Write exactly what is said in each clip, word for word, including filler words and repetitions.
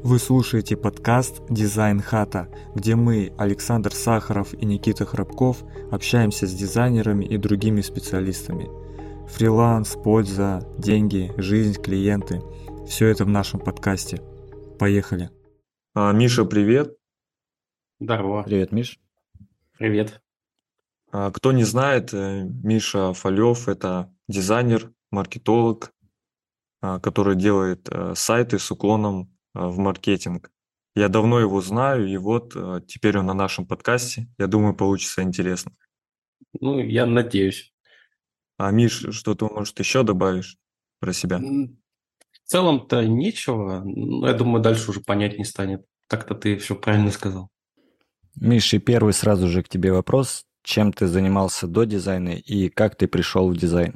Вы слушаете подкаст «Дизайн Хата», где мы, Александр Сахаров и Никита Храбков, общаемся с дизайнерами и другими специалистами. Фриланс, польза, деньги, жизнь, клиенты – все это в нашем подкасте. Поехали. А, Миша, привет. Здорово. Привет, Миш. Привет. А, кто не знает, Миша Фалев – это дизайнер, маркетолог, который делает сайты с уклоном в маркетинг. Я давно его знаю, и вот теперь он на нашем подкасте. Я думаю, получится интересно. Ну, я надеюсь. А, Миш, что ты, может, еще добавишь про себя? В целом-то нечего. Но я думаю, дальше уже понять не станет. Так-то ты все правильно сказал. Миш, и первый сразу же к тебе вопрос. Чем ты занимался до дизайна и как ты пришел в дизайн?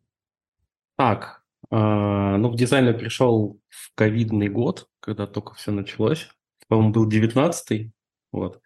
Так, э, ну, в дизайн я пришел в ковидный год, когда только все началось. По-моему, был девятнадцатый. Вот.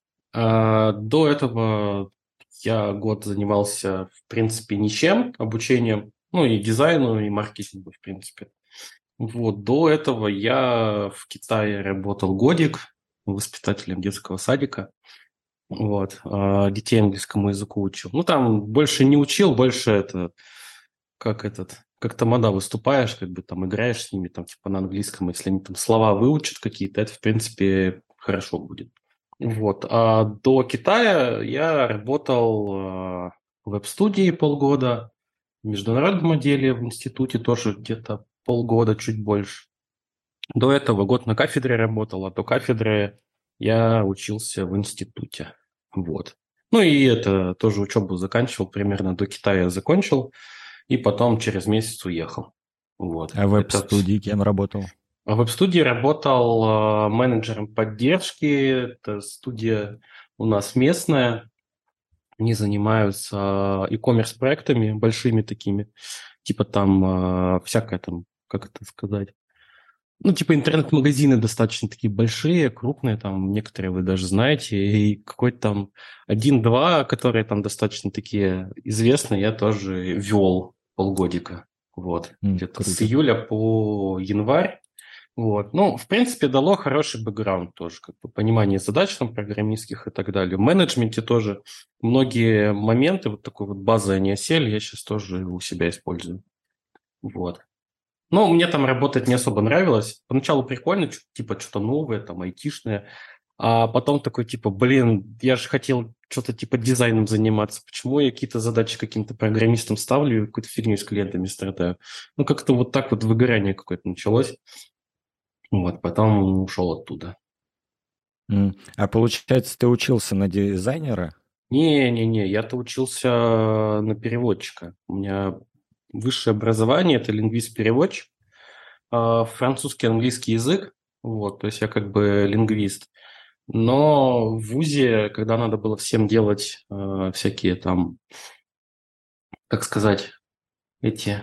А до этого я год занимался, в принципе, ничем, обучением, ну, и дизайну, и маркетингу, в принципе. Вот, до этого я в Китае работал годик воспитателем детского садика. Вот, а, детей английскому языку учил. Ну, там больше не учил, больше это, как этот, как тамада выступаешь, как бы там играешь с ними, там, типа на английском, если они там слова выучат какие-то, это, в принципе, хорошо будет. Вот, а до Китая я работал а, в веб-студии полгода, в международном отделе в институте тоже где-то полгода, чуть больше. До этого год на кафедре работал, а до кафедры я учился в институте. Вот. Ну и это тоже учебу заканчивал, примерно до Китая закончил, и потом через месяц уехал. Вот. А в Это... веб-студии кем работал? В веб-студии работал э, менеджером поддержки. Это студия у нас местная. Они занимаются e-commerce проектами большими такими, типа там э, всякое там, как это сказать, ну, типа интернет-магазины достаточно такие большие, крупные, там некоторые вы даже знаете, и какой-то там один-два, которые там достаточно такие известные, я тоже вел полгодика, вот, М, где-то с круто. июля по январь, вот. Ну, в принципе, дало хороший бэкграунд тоже, как бы понимание задач там программистских и так далее. В менеджменте тоже многие моменты, вот такой вот базы они осели, я сейчас тоже у себя использую, вот. Ну, мне там работать не особо нравилось. Поначалу прикольно, чё- типа что-то новое, там, айтишное. А потом такой, типа, блин, я же хотел что-то типа дизайном заниматься. Почему я какие-то задачи каким-то программистам ставлю и какую-то фигню с клиентами страдаю? Ну, как-то вот так вот выгорание какое-то началось. Вот, потом ушел оттуда. М, А получается, ты учился на дизайнера? Не-не-не, я-то учился на переводчика. У меня высшее образование – это лингвист-переводчик. а, Французский, английский язык. Вот, то есть я как бы лингвист. Но в ВУЗе, когда надо было всем делать э, всякие там, как сказать, эти...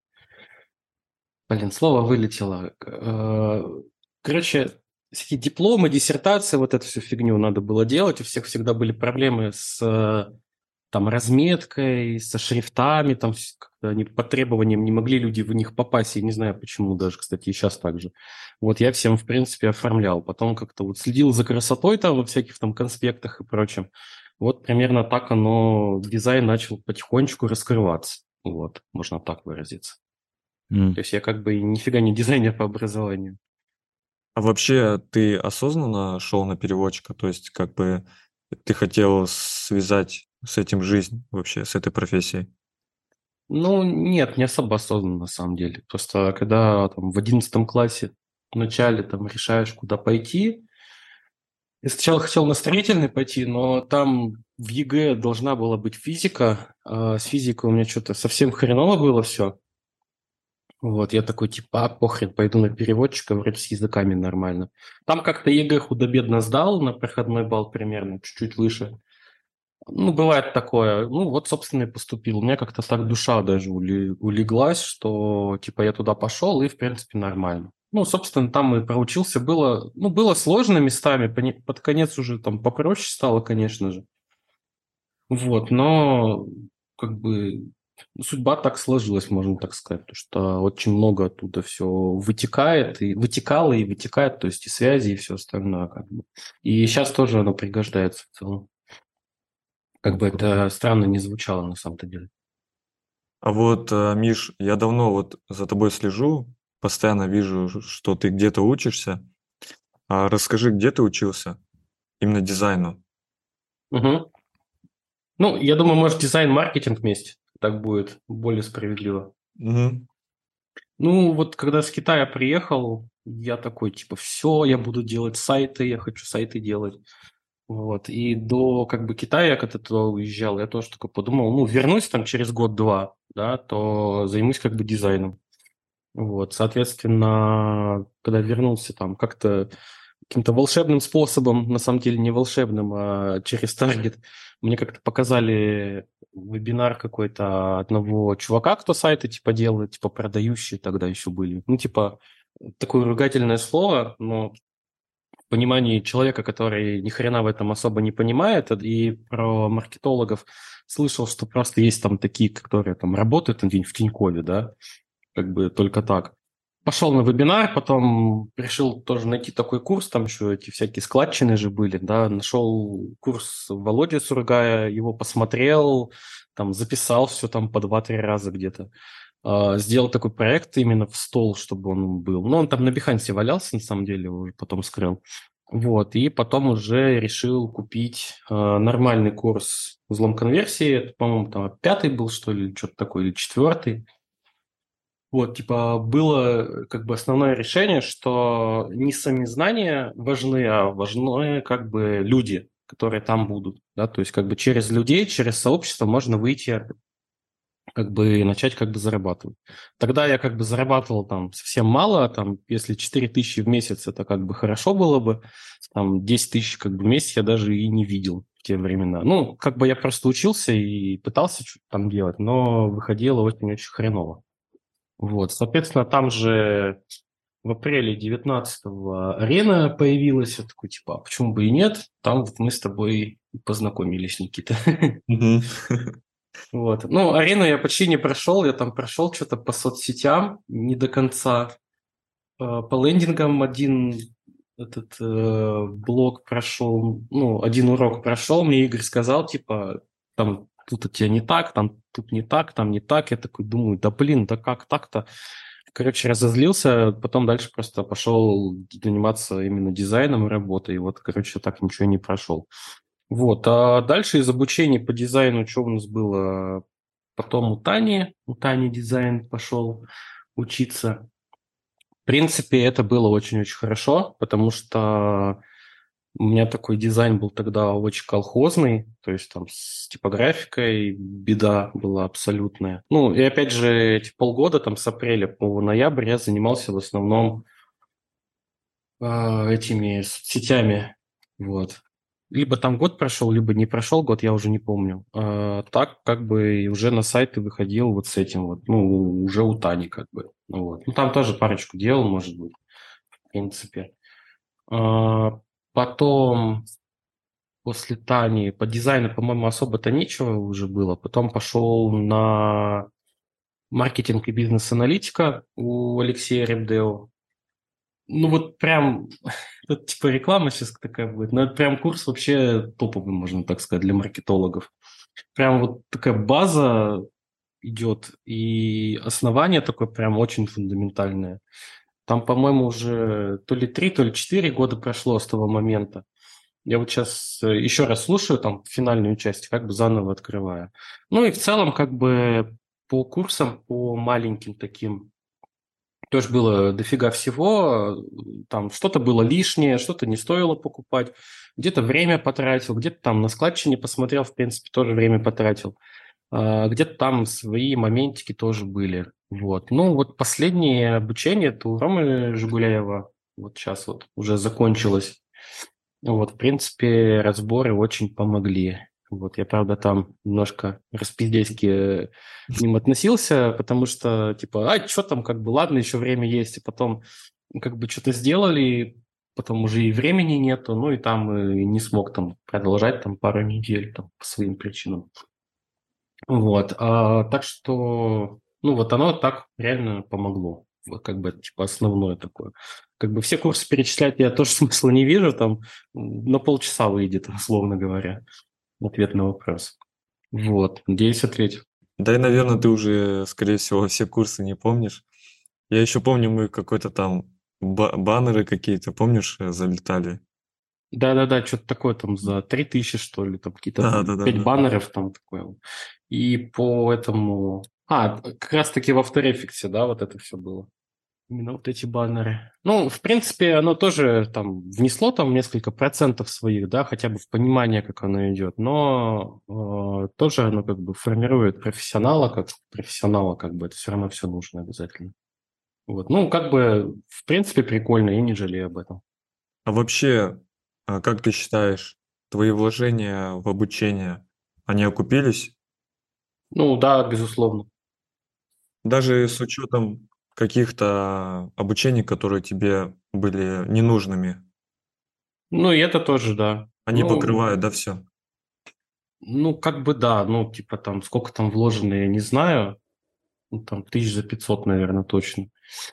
Блин, слово вылетело. Э, короче, всякие дипломы, диссертации, вот эту всю фигню надо было делать. У всех всегда были проблемы с э, там разметкой, со шрифтами, там вс- как-то они по требованиям не могли люди в них попасть. Я не знаю, почему даже, кстати, и сейчас так же. Вот я всем, в принципе, оформлял. Потом как-то вот следил за красотой там во всяких там конспектах и прочем. Вот примерно так оно, дизайн начал потихонечку раскрываться. Вот, можно так выразиться. М, То есть я как бы нифига не дизайнер по образованию. А вообще ты осознанно шел на переводчика? То есть как бы ты хотел связать с этим жизнь вообще, с этой профессией? Ну, нет, не особо осознанно на самом деле. Просто когда там в одиннадцатом классе в начале там решаешь, куда пойти, я сначала хотел на строительный пойти, но там в ЕГЭ должна была быть физика, а с физикой у меня что-то совсем хреново было все. Вот, я такой, типа, а, похрен, пойду на переводчика, вроде с языками нормально. Там как-то ЕГЭ худо-бедно сдал на проходной балл примерно, чуть-чуть выше. Ну, бывает такое. Ну, вот, собственно, и поступил. У меня как-то так душа даже ули- улеглась, что, типа, я туда пошел, и, в принципе, нормально. Ну, собственно, там и проучился. Было, ну, было сложно местами, пони- под конец уже там попроще стало, конечно же. Вот, но, как бы, Ну, судьба так сложилась, можно так сказать, потому что очень много оттуда все вытекает, и вытекало, и вытекает, то есть и связи, и все остальное, как бы. И сейчас тоже оно пригождается в целом. Как Ну, бы круто. это странно не звучало на самом-то деле. А вот, э, Миш, я давно вот за тобой слежу, постоянно вижу, ш- что ты где-то учишься. А расскажи, где ты учился? Именно дизайну. Мгм. Ну, я думаю, может, дизайн-маркетинг вместе. Так будет более справедливо. Мгм. Ну, вот когда с Китая приехал, я такой, типа, все, я буду делать сайты, я хочу сайты делать. Вот. И до как бы Китая, я когда туда уезжал, я тоже такой подумал, ну, вернусь там через год-два, да, то займусь как бы дизайном. Вот. Соответственно, когда вернулся там как-то каким-то волшебным способом, на самом деле не волшебным, а через таргет, мне как-то показали вебинар какой-то одного чувака, кто сайты типа делает, типа продающие тогда еще были. Ну, типа, такое ругательное слово, но в понимании человека, который ни хрена в этом особо не понимает, и про маркетологов слышал, что просто есть там такие, которые там работают там где-нибудь в Тинькове, да, как бы только так. Пошел на вебинар, потом решил тоже найти такой курс, там еще эти всякие складчины же были, да, нашел курс Володи Сургая, его посмотрел, там записал все там по два-три раза где-то. А, сделал такой проект именно в стол, чтобы он был. Ну, он там на Behance валялся, на самом деле, его потом скрыл. Вот, и потом уже решил купить э, нормальный курс взлом конверсии. Это, по-моему, там пятый был, что ли, или что-то такое, или четвертый. Вот, типа, было как бы основное решение, что не сами знания важны, а важны как бы люди, которые там будут, да, то есть как бы через людей, через сообщество можно выйти как бы начать как бы зарабатывать. Тогда я как бы зарабатывал там совсем мало, там, если четыре тысячи в месяц, это как бы хорошо было бы, там, десять тысяч как бы в месяц я даже и не видел в те времена. Ну, как бы я просто учился и пытался что-то там делать, но выходило очень-очень хреново. Вот, соответственно, там же в апреле девятнадцатого арена появилась, я такой, типа, а почему бы и нет? Там вот мы с тобой познакомились, Никита. Мгм. Вот. Ну, арену я почти не прошел, я там прошел что-то по соцсетям, не до конца. Э, По лендингам один этот э, блок прошел, ну, один урок прошел, мне Игорь сказал, типа, там, тут у тебя не так, там, тут не так, там не так. Я такой думаю, да блин, да как так-то? Короче, разозлился, потом дальше просто пошел заниматься именно дизайном и работой. И вот, короче, так ничего и не прошел. Вот, а дальше из обучения по дизайну, что у нас было? Потом у Тани, у Тани дизайн пошел учиться. В принципе, это было очень-очень хорошо, потому что у меня такой дизайн был тогда очень колхозный, то есть там с типографикой беда была абсолютная. Ну, и опять же, эти полгода, там с апреля по ноябрь я занимался в основном а, этими соцсетями, вот. Либо там год прошел, либо не прошел год, я уже не помню. А, так как бы и уже на сайты выходил вот с этим вот, ну, уже у Тани как бы. Ну, вот. Ну, там тоже парочку делал, может быть, в принципе. А, потом, после Тани, по дизайну, по-моему, особо-то нечего уже было. Потом пошел на маркетинг и бизнес-аналитика у Алексея Рябдео. Ну вот прям, это типа реклама сейчас такая будет, но это прям курс вообще топовый, можно так сказать, для маркетологов. Прям вот такая база идет, и основание такое прям очень фундаментальное. Там, по-моему, уже то ли три, то ли четыре года прошло с того момента. Я вот сейчас еще раз слушаю там финальную часть, как бы заново открываю. Ну и в целом как бы по курсам, по маленьким таким тоже было дофига всего, там что-то было лишнее, что-то не стоило покупать, где-то время потратил, где-то там на складчине посмотрел, в принципе, тоже время потратил, а, где-то там свои моментики тоже были. Вот. Ну, вот последнее обучение, это у Ромы Жигуляева, вот сейчас вот уже закончилось. Вот, в принципе, разборы очень помогли. Вот, я, правда, там немножко распиздейски э, к ним относился, потому что, типа, а, что там, как бы, ладно, еще время есть, и потом, ну, как бы, что-то сделали, потом уже и времени нету, ну, и там э, не смог там продолжать там пару недель там, по своим причинам. Вот, а, так что, ну, вот оно так реально помогло. Вот как бы, типа, основное такое. Как бы все курсы перечислять я тоже смысла не вижу, там на полчаса выйдет, условно говоря, ответ на вопрос. Вот, надеюсь, ответил. Да и, наверное, ты уже, скорее всего, все курсы не помнишь. Я еще помню, мы какой-то там ба- баннеры какие-то, помнишь, э, залетали? Да-да-да, что-то такое там за три тысячи, что ли, там какие-то Да, да, да, пять да. баннеров там такое. И по этому... А, как раз-таки в After Effects, да, вот это все было. Именно вот эти баннеры. Ну, в принципе, оно тоже там внесло там несколько процентов своих, да, хотя бы в понимание, как оно идет, но э, тоже оно как бы формирует профессионала, как профессионала, как бы это все равно все нужно обязательно. Вот. Ну, как бы, в принципе, прикольно, и не жалею об этом. А вообще, а как ты считаешь, твои вложения в обучение, они окупились? Ну, да, безусловно. Даже с учетом каких-то обучений, которые тебе были ненужными, Ну, и это тоже, да. они Ну, покрывают, да, все? ну, как бы да, ну, типа там, сколько там вложено, я не знаю. Ну, там, тысяч за пятьсот, наверное, точно.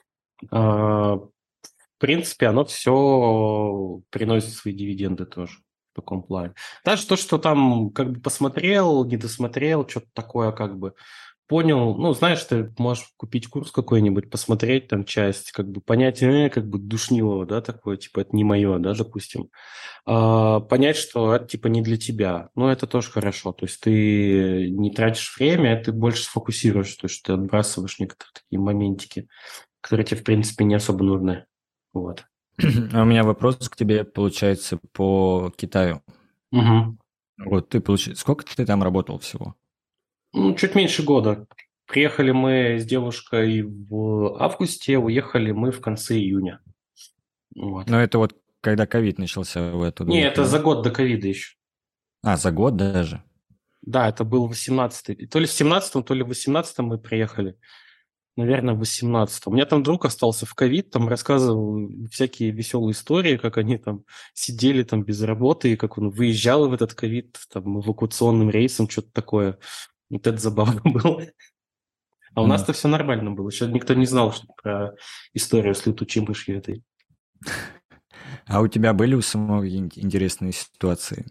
А, в принципе, оно все приносит свои дивиденды тоже в таком плане. Даже то, что там как бы посмотрел, не досмотрел, что-то такое как бы понял. Ну, знаешь, ты можешь купить курс какой-нибудь, посмотреть там часть, как бы понять, э, как бы душнилово, да, такое, типа, это не мое, да, допустим. А, понять, что это типа не для тебя. Ну, это тоже хорошо. То есть ты не тратишь время, ты больше сфокусируешь, то есть ты отбрасываешь некоторые такие моментики, которые тебе, в принципе, не особо нужны. Вот. А у меня вопрос к тебе, получается, по Китаю. Мгм. Вот ты, получается, сколько ты там работал всего? Ну, чуть меньше года. Приехали мы с девушкой в августе, уехали мы в конце июня. Вот. Ну, это вот когда ковид начался, вы оттуда Не, это уехали, за да? год до ковида еще. А, за год даже? Да, это был восемнадцатый. То ли в семнадцатом, то ли в восемнадцатом мы приехали. Наверное, в восемнадцатом. У меня там друг остался в ковид, там рассказывал всякие веселые истории, как они там сидели там без работы, и как он выезжал в этот ковид там эвакуационным рейсом, что-то такое. Вот это забавно было. А у М. нас-то все нормально было. Еще никто не знал что про историю с летучей мышью этой. А у тебя были у самого какие-нибудь интересные ситуации?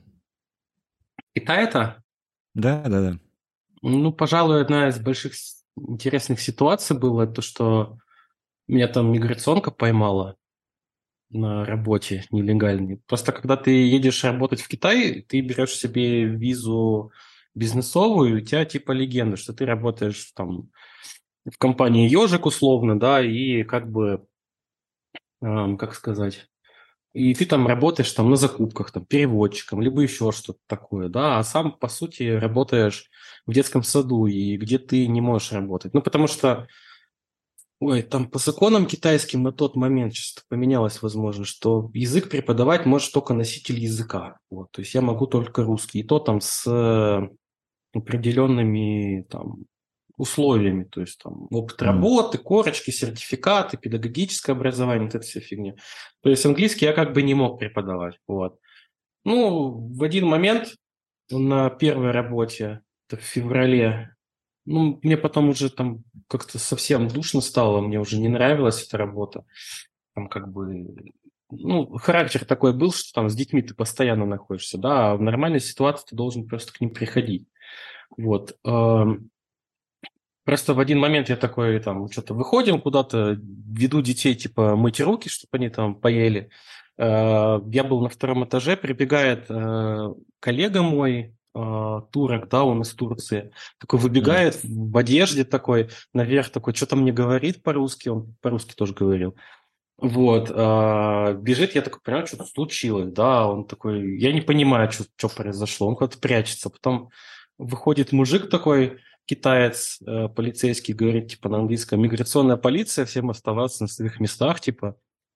Китай-то, Да, да, да. ну, пожалуй, одна из больших с- интересных ситуаций была то, что меня там миграционка поймала на работе нелегальной. Просто когда ты едешь работать в Китай, ты берешь себе визу бизнесовую, и у тебя типа легенда, что ты работаешь там в компании Ежик условно, да, и как бы, эм, как сказать, и ты там работаешь там на закупках, там, переводчиком, либо еще что-то такое, да, а сам, по сути, работаешь в детском саду, и где ты не можешь работать. Ну, потому что, ой, там по законам китайским на тот момент сейчас поменялось, возможно, что язык преподавать может только носитель языка. Вот, то есть я могу только русский, и то там с э, определенными там условиями, то есть там опыт М. работы, корочки, сертификаты, педагогическое образование, вот эта вся фигня. То есть английский я как бы не мог преподавать. Вот. Ну, в один момент на первой работе, это в феврале, ну, мне потом уже там как-то совсем душно стало, мне уже не нравилась эта работа. Там как бы, ну, характер такой был, что там с детьми ты постоянно находишься, да, а в нормальной ситуации ты должен просто к ним приходить. Вот. эм, Просто в один момент я такой, там, что-то выходим куда-то, веду детей, типа, мыть руки, чтобы они там поели. Э, Я был на втором этаже, прибегает э, коллега мой, э, турок, да, он из Турции, такой М. выбегает в одежде такой, наверх такой, что-то мне говорит по-русски, он по-русски тоже говорил. Вот, э, бежит, я такой, понимаю, что-то случилось, да, он такой, я не понимаю, что, что произошло, он куда-то прячется, потом выходит мужик такой, китаец, э, полицейский, говорит, типа, на английском, миграционная полиция, всем оставаться на своих местах, типа,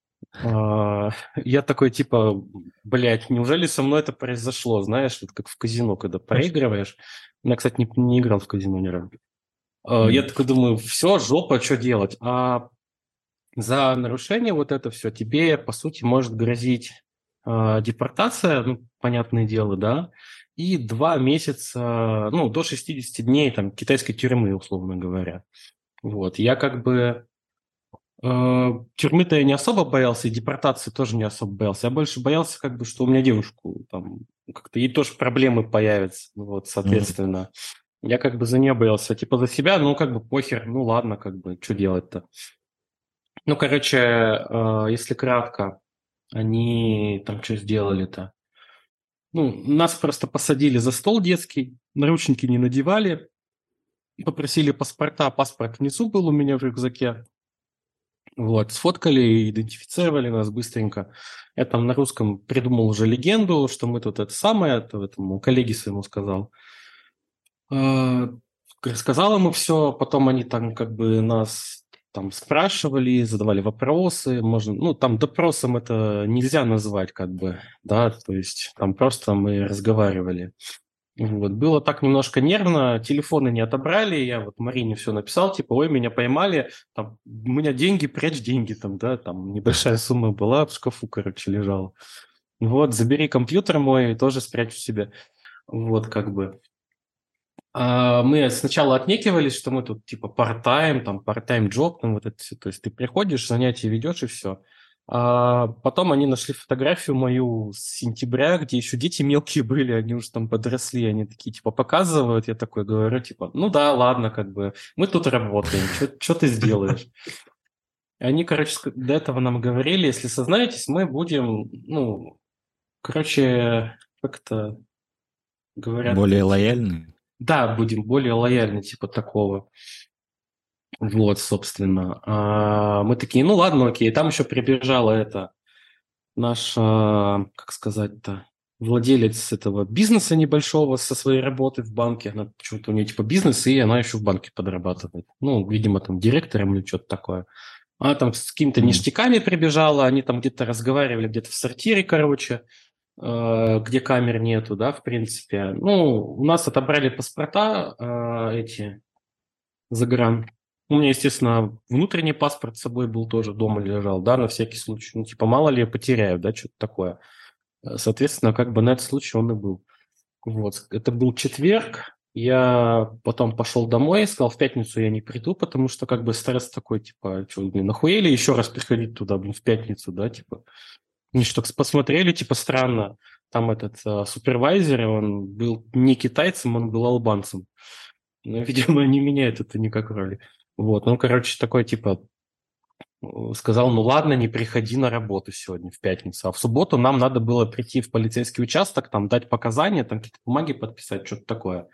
а, я такой, типа, блядь, неужели со мной это произошло, знаешь, вот как в казино, когда проигрываешь, я, кстати, не, не играл в казино ни разу. А, я М. такой думаю, все, жопа, что делать, а за нарушение вот это все тебе, по сути, может грозить э, депортация, ну, понятное дело, да, и два месяца, ну, до шестидесяти дней там китайской тюрьмы, условно говоря. Вот, я как бы э, тюрьмы-то я не особо боялся, и депортации тоже не особо боялся. Я больше боялся, как бы, что у меня девушку там как-то ей тоже проблемы появятся, вот, Мгм. соответственно. Я как бы за нее боялся, типа за себя, ну, как бы похер, ну, ладно, как бы, что делать-то. Ну, короче, э, если кратко, они там что сделали-то? Ну, нас просто посадили за стол детский, наручники не надевали, попросили паспорта, паспорт внизу был у меня в рюкзаке. Вот, сфоткали, идентифицировали нас быстренько. Я там на русском придумал уже легенду, что мы тут это самое, это этому коллеге своему сказал. Э, Рассказал ему все, потом они там как бы нас там спрашивали, задавали вопросы, можно, ну, там допросом это нельзя назвать как бы, да, то есть там просто мы разговаривали. Вот. Было так немножко нервно, телефоны не отобрали, я вот Марине все написал, типа, ой, меня поймали, там, у меня деньги, прячь деньги, там, да, там небольшая сумма была в шкафу, короче, лежала. Вот, забери компьютер мой, тоже спрячь в себе. Вот, как бы. А мы сначала отнекивались, что мы тут, типа, part-time, там, part-time job, там, вот это все. То есть ты приходишь, занятия ведешь, и все. А потом они нашли фотографию мою с сентября, где еще дети мелкие были, они уже там подросли, они такие, типа, показывают, я такой говорю, типа, ну да, ладно, как бы, мы тут работаем, что ты сделаешь? И они, короче, ск- до этого нам говорили, если сознаетесь, мы будем, ну, короче, как-то говорят Более эти, лояльны? да, будем более лояльны, типа такого. Вот, собственно. А мы такие, ну ладно, окей. Там еще прибежала это наш, а, как сказать-то, владелец этого бизнеса небольшого со своей работы в банке. Она почему-то у нее типа бизнес, и она еще в банке подрабатывает. Ну, видимо, там директором или что-то такое. Она там с какими-то Мгм. ништяками прибежала, они там где-то разговаривали, где-то в сортире, короче, э, где камер нету, да, в принципе. Ну, у нас отобрали паспорта э, эти, загран. У меня, естественно, внутренний паспорт с собой был тоже, дома лежал, да, на всякий случай. Ну, типа, мало ли я потеряю, да, что-то такое. Э, Соответственно, как бы на этот случай он и был. Вот, это был четверг. Я потом пошел домой, сказал, в пятницу я не приду, потому что как бы стресс такой, типа, что, блин, нахуели еще раз приходить туда, блин, в пятницу, да, типа. Они что, посмотрели, типа, странно. Там этот э, супервайзер, он был не китайцем, он был албанцем. Ну, видимо, не меняет это никак роли. Вот, ну, короче, такой, типа, э, сказал, ну ладно, не приходи на работу сегодня, в пятницу. А в субботу нам надо было прийти в полицейский участок, там, дать показания, там, какие-то бумаги подписать, что-то такое.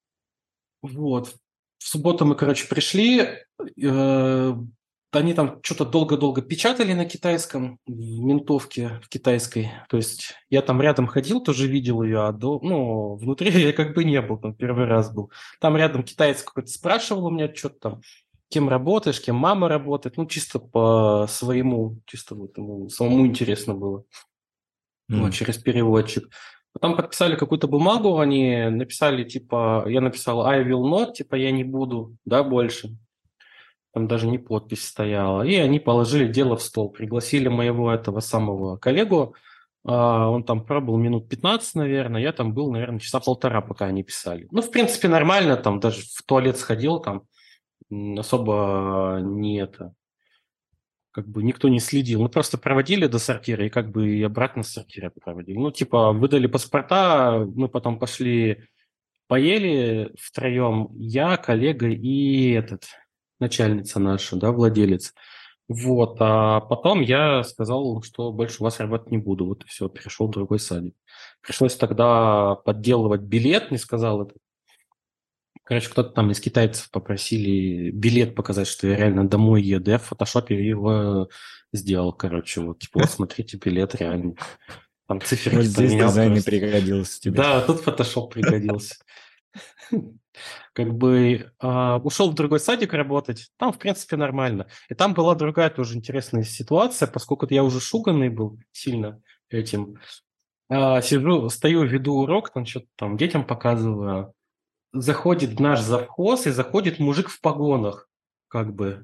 Вот. В субботу мы, короче, пришли, э, они там что-то долго-долго печатали на китайском, в ментовке в китайской. То есть я там рядом ходил, тоже видел ее, а до, ну, внутри я как бы не был, там первый раз был. Там рядом китаец какой-то спрашивал у меня что-то там, кем работаешь, кем мама работает, ну, чисто по своему, чисто вот ему самому интересно было. Вот, Мгм. через переводчик. Потом подписали какую-то бумагу, они написали, типа, я написал I will not, типа, я не буду, да, больше. Там даже не подпись стояла. И они положили дело в стол. Пригласили моего этого самого коллегу. А, Он там пробыл минут пятнадцать, наверное. Я там был, наверное, часа полтора, пока они писали. Ну, в принципе, нормально. Там даже в туалет сходил, там м, особо не это, как бы никто не следил. Мы просто проводили до сортира и как бы и обратно с сортира проводили. Ну, типа, выдали паспорта, мы потом пошли поели втроем, я, коллега и этот, начальница наша, да, владелец. Вот, а потом я сказал, что больше у вас работать не буду. Вот и все, перешел в другой садик. Пришлось тогда подделывать билет, не сказал это. Короче, кто-то там из китайцев попросили билет показать, что я реально домой еду. Я в фотошопе его сделал, короче. Вот, типа, вот, смотрите, билет реально. Там Вот циферки здесь поменял дизайн и просто. пригодился тебе. Да, тут фотошоп пригодился. Как бы а, ушел в другой садик работать. Там, в принципе, нормально. И там была другая тоже интересная ситуация, поскольку я уже шуганный был сильно этим. А, сижу, стою, веду урок, там что-то там детям показываю. Заходит наш завхоз, и заходит мужик в погонах, как бы,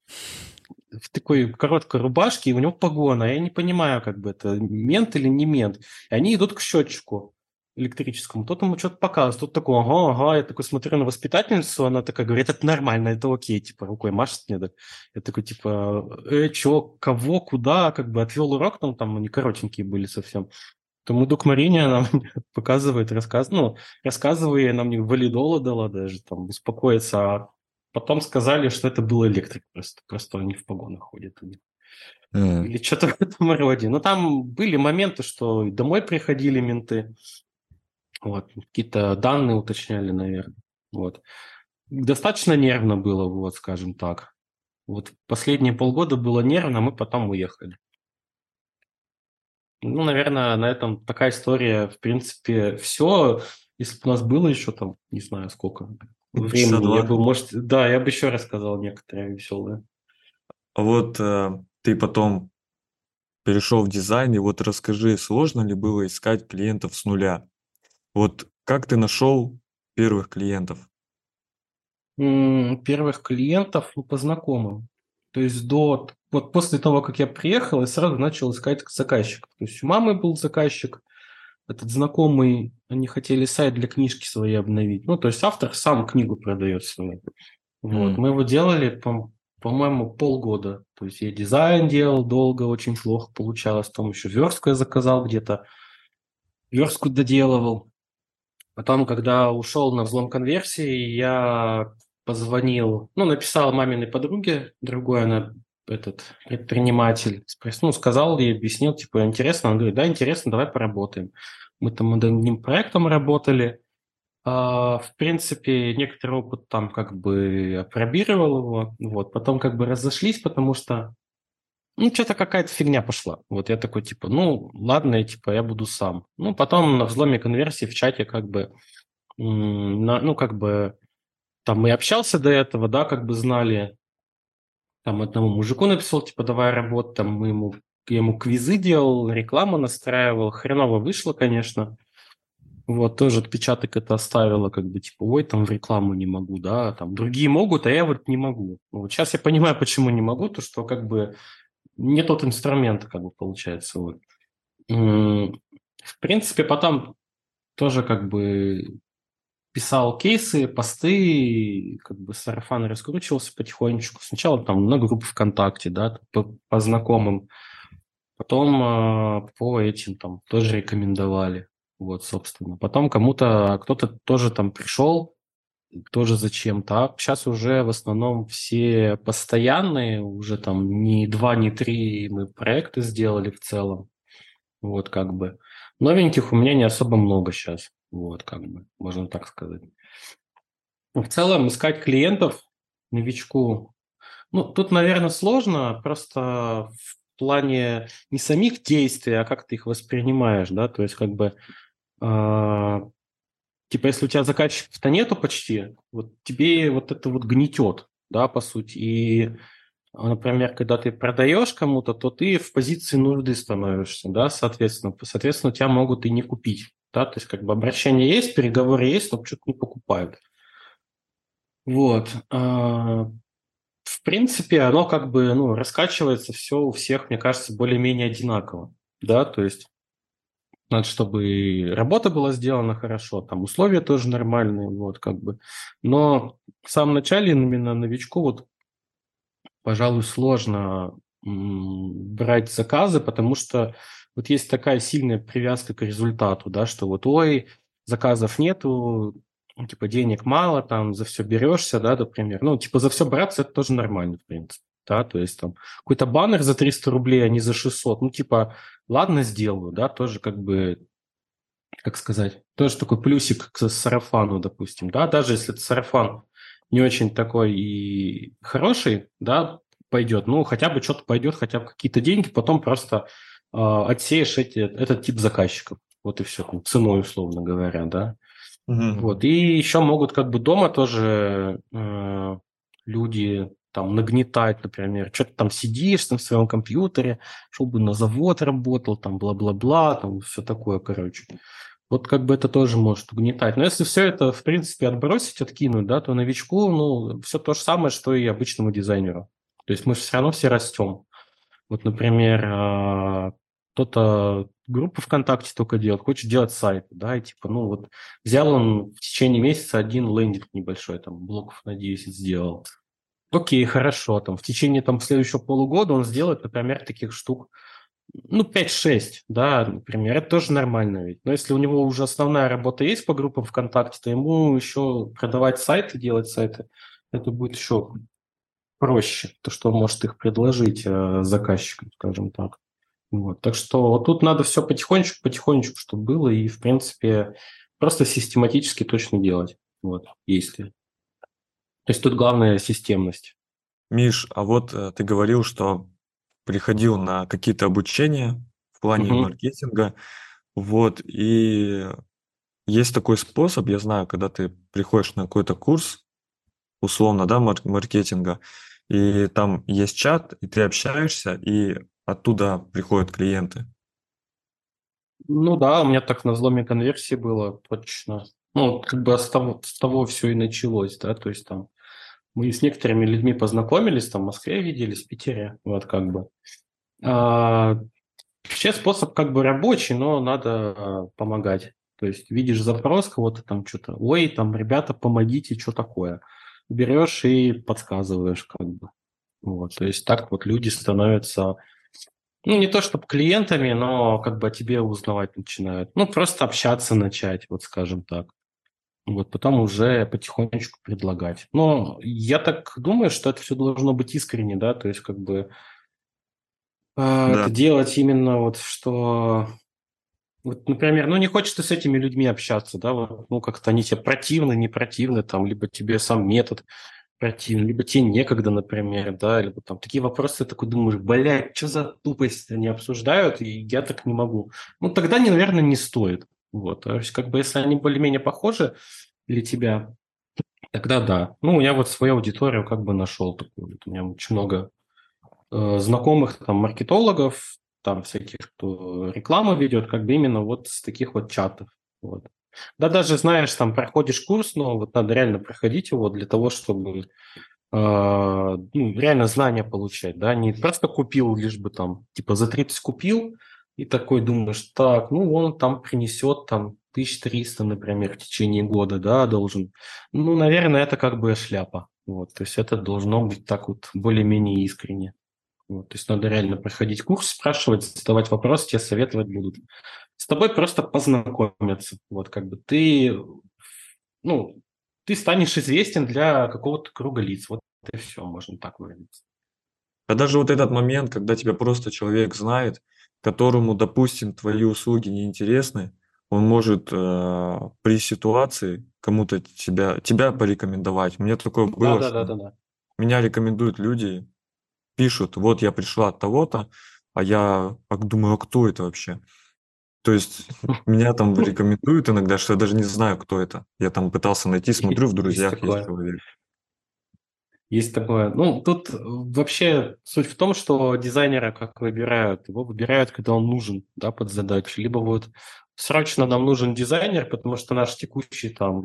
в такой короткой рубашке, и у него погона. Я не понимаю, как бы это мент или не мент. И они идут к счетчику. электрическому, тот ему что-то показывает, тот такой, ага, ага, я такой смотрю на воспитательницу, она такая говорит, это нормально, это окей, типа, рукой машет мне, да. Я такой, типа, э, чё, кого, куда, как бы отвел урок, там, там они коротенькие были совсем. Потом иду к Марине, она мне показывает, рассказывает, ну, рассказываю, она мне валидола дала даже, там, успокоиться, а потом сказали, что это был электрик просто, просто они в погонах ходят у них. М. Или что-то в этом роде. Но там были моменты, что и домой приходили менты, вот, какие-то данные уточняли, наверное. Вот. Достаточно нервно было, вот, скажем так. Вот последние полгода было нервно, мы потом уехали. Ну, наверное, на этом такая история, в принципе, все. Если бы у нас было еще там, не знаю сколько Часа времени, я два. бы, может, да, я бы еще рассказал некоторые веселые. А вот э, ты потом перешел в дизайн, и вот расскажи, сложно ли было искать клиентов с нуля? Вот как ты нашел первых клиентов? М, Первых клиентов, ну, по знакомым. То есть до, вот после того, как я приехал, я сразу начал искать заказчиков. То есть у мамы был заказчик, этот знакомый, они хотели сайт для книжки своей обновить. Ну, то есть автор сам книгу продает свою. Вот. М. Мы его делали, по- по-моему, полгода. То есть я дизайн делал долго, очень плохо получалось. Потом еще верстку я заказал где-то, верстку доделывал. Потом, когда ушел на взлом конверсии, я позвонил, ну, написал маминой подруге, другой она этот предприниматель, спросил, ну, сказал ей, объяснил, типа, интересно? Она говорит, да, интересно, давай поработаем. Мы там над одним проектом работали. А, в принципе, некоторый опыт там как бы опробировал его. Вот. Потом как бы разошлись, потому что ну, что-то какая-то фигня пошла. Вот я такой, типа, ну, ладно, я, типа, я буду сам. Ну, потом на взломе конверсии в чате как бы, м, на- ну, как бы, там и общался до этого, да, как бы знали. Там одному мужику написал, типа, давай работать, там мы ему, я ему квизы делал, рекламу настраивал. Хреново вышло, конечно. Вот, тоже отпечаток это оставило, как бы, типа, ой, там в рекламу не могу, да, там другие могут, а я вот не могу. Ну, вот сейчас я понимаю, почему не могу, то, что, как бы, не тот инструмент, как бы, получается, вот. М, В принципе, потом тоже, как бы, писал кейсы, посты, как бы, сарафан раскручивался потихонечку. Сначала там на группы ВКонтакте, да, по, по знакомым, потом а, по этим там тоже рекомендовали. Вот, собственно. Потом кому-то, кто-то тоже там пришел, тоже зачем-то. А сейчас уже в основном все постоянные, уже там ни два, ни три мы проекты сделали в целом. Вот, как бы. Новеньких у меня не особо много сейчас. Вот, как бы, можно так сказать. В целом, искать клиентов новичку, ну, тут, наверное, сложно, просто в плане не самих действий, а как ты их воспринимаешь, да, то есть, как бы, а, типа, если у тебя заказчиков-то нету почти, вот тебе вот это вот гнетет, да, по сути. И, а, например, когда ты продаешь кому-то, то ты в позиции нужды становишься, да, соответственно. Соответственно, тебя могут и не купить, да, то есть как бы обращение есть, переговоры есть, но что-то не покупают. Вот. А, В принципе, оно как бы, ну, раскачивается все у всех, мне кажется, более-менее одинаково, да, то есть надо, чтобы и работа была сделана хорошо, там условия тоже нормальные, вот, как бы. Но в самом начале именно новичку вот, пожалуй, сложно м, брать заказы, потому что вот есть такая сильная привязка к результату, да, что вот, ой, заказов нету, ну, типа денег мало, там за все берешься, да, например. Ну, типа за все браться, это тоже нормально, в принципе, да, то есть там какой-то баннер за триста рублей, а не за шестьсот, ну, типа, ладно, сделаю, да, тоже как бы как сказать, тоже такой плюсик к сарафану, допустим, да, даже если этот сарафан не очень такой и хороший, да, пойдет, ну, хотя бы что-то пойдет, хотя бы какие-то деньги, потом просто э, отсеешь эти, этот тип заказчиков, вот и все, там, ценой, условно говоря, да. Мгм. Вот, и еще могут как бы дома тоже э, люди там нагнетать, например, что ты там сидишь на своем компьютере, чтобы на завод работал, там бла-бла-бла, там все такое, короче. Вот как бы это тоже может угнетать. Но если все это, в принципе, отбросить, откинуть, да, то новичку, ну, все то же самое, что и обычному дизайнеру. То есть мы же все равно все растем. Вот, например, а, кто-то группу ВКонтакте только делает, хочет делать сайт, да, и типа, ну вот взял он в течение месяца один лендинг небольшой, там, блоков на десять сделал. Окей, хорошо, там, в течение там следующего полугода он сделает, например, таких штук, ну, пять-шесть, да, например, это тоже нормально ведь. Но если у него уже основная работа есть по группам ВКонтакте, то ему еще продавать сайты, делать сайты, это будет еще проще, то, что он может их предложить э, заказчикам, скажем так. Вот. Так что вот тут надо все потихонечку, потихонечку, чтобы было, и, в принципе, просто систематически точно делать. Вот, если. То есть тут главная системность. Миш, а вот э, ты говорил, что приходил на какие-то обучения в плане Мгм. маркетинга, вот, и есть такой способ, я знаю, когда ты приходишь на какой-то курс, условно, да, мар- маркетинга, и там есть чат, и ты общаешься, и оттуда приходят клиенты. Ну да, у меня так на взломе конверсии было, точно. Ну, вот как бы с того, с того все и началось, да, то есть там мы с некоторыми людьми познакомились, там в Москве виделись, в Питере, вот как бы. А, Вообще способ как бы рабочий, но надо а, помогать. То есть видишь запрос кого-то там что-то, ой, там, ребята, помогите, что такое. Берешь и подсказываешь как бы. Вот, то есть так вот люди становятся, ну, не то чтобы клиентами, но как бы о тебе узнавать начинают. Ну, просто общаться начать, вот скажем так. Вот потом уже потихонечку предлагать. Но я так думаю, что это все должно быть искренне, да, то есть как бы а, Да. это делать именно вот, что вот, например, ну не хочешь ты с этими людьми общаться, да, вот, ну как-то они тебе противны, не противны, там, либо тебе сам метод противен, либо тебе некогда, например, да, либо там такие вопросы, ты такой думаешь, блядь, что за тупость они обсуждают, и я так не могу. Ну тогда, не, наверное, не стоит. Вот, то есть как бы если они более-менее похожи для тебя, тогда да. Ну, я вот свою аудиторию как бы нашел такую. Вот у меня очень много э, знакомых там маркетологов, там всяких, кто рекламу ведет, как бы именно вот с таких вот чатов. Вот. Да, даже знаешь, там проходишь курс, но вот надо реально проходить его для того, чтобы э, ну, реально знания получать, да, не просто купил, лишь бы там, типа за тридцать купил, и такой думаешь, так, ну, он там принесет там тысяча триста, например, в течение года, да, должен. Ну, наверное, это как бы шляпа. Вот, то есть это должно быть так вот более-менее искренне. Вот, то есть надо реально проходить курс, спрашивать, задавать вопросы, тебе советовать будут. С тобой просто познакомиться. Вот как бы ты, ну, ты станешь известен для какого-то круга лиц. Вот и все, можно так выразиться. А даже вот этот момент, когда тебя просто человек знает, которому, допустим, твои услуги не интересны, он может э, при ситуации кому-то тебя, тебя порекомендовать. У меня такое Да, было, да, да, что да, да. меня рекомендуют люди, пишут, вот я пришла от того-то, а я а думаю, а кто это вообще? То есть меня там рекомендуют иногда, что я даже не знаю, кто это. Я там пытался найти, смотрю, в Есть друзьях есть такое. человек. Есть такое. Ну, тут вообще суть в том, что дизайнера как выбирают? Его выбирают, когда он нужен, да, под задачу. Либо вот срочно нам нужен дизайнер, потому что наш текущий там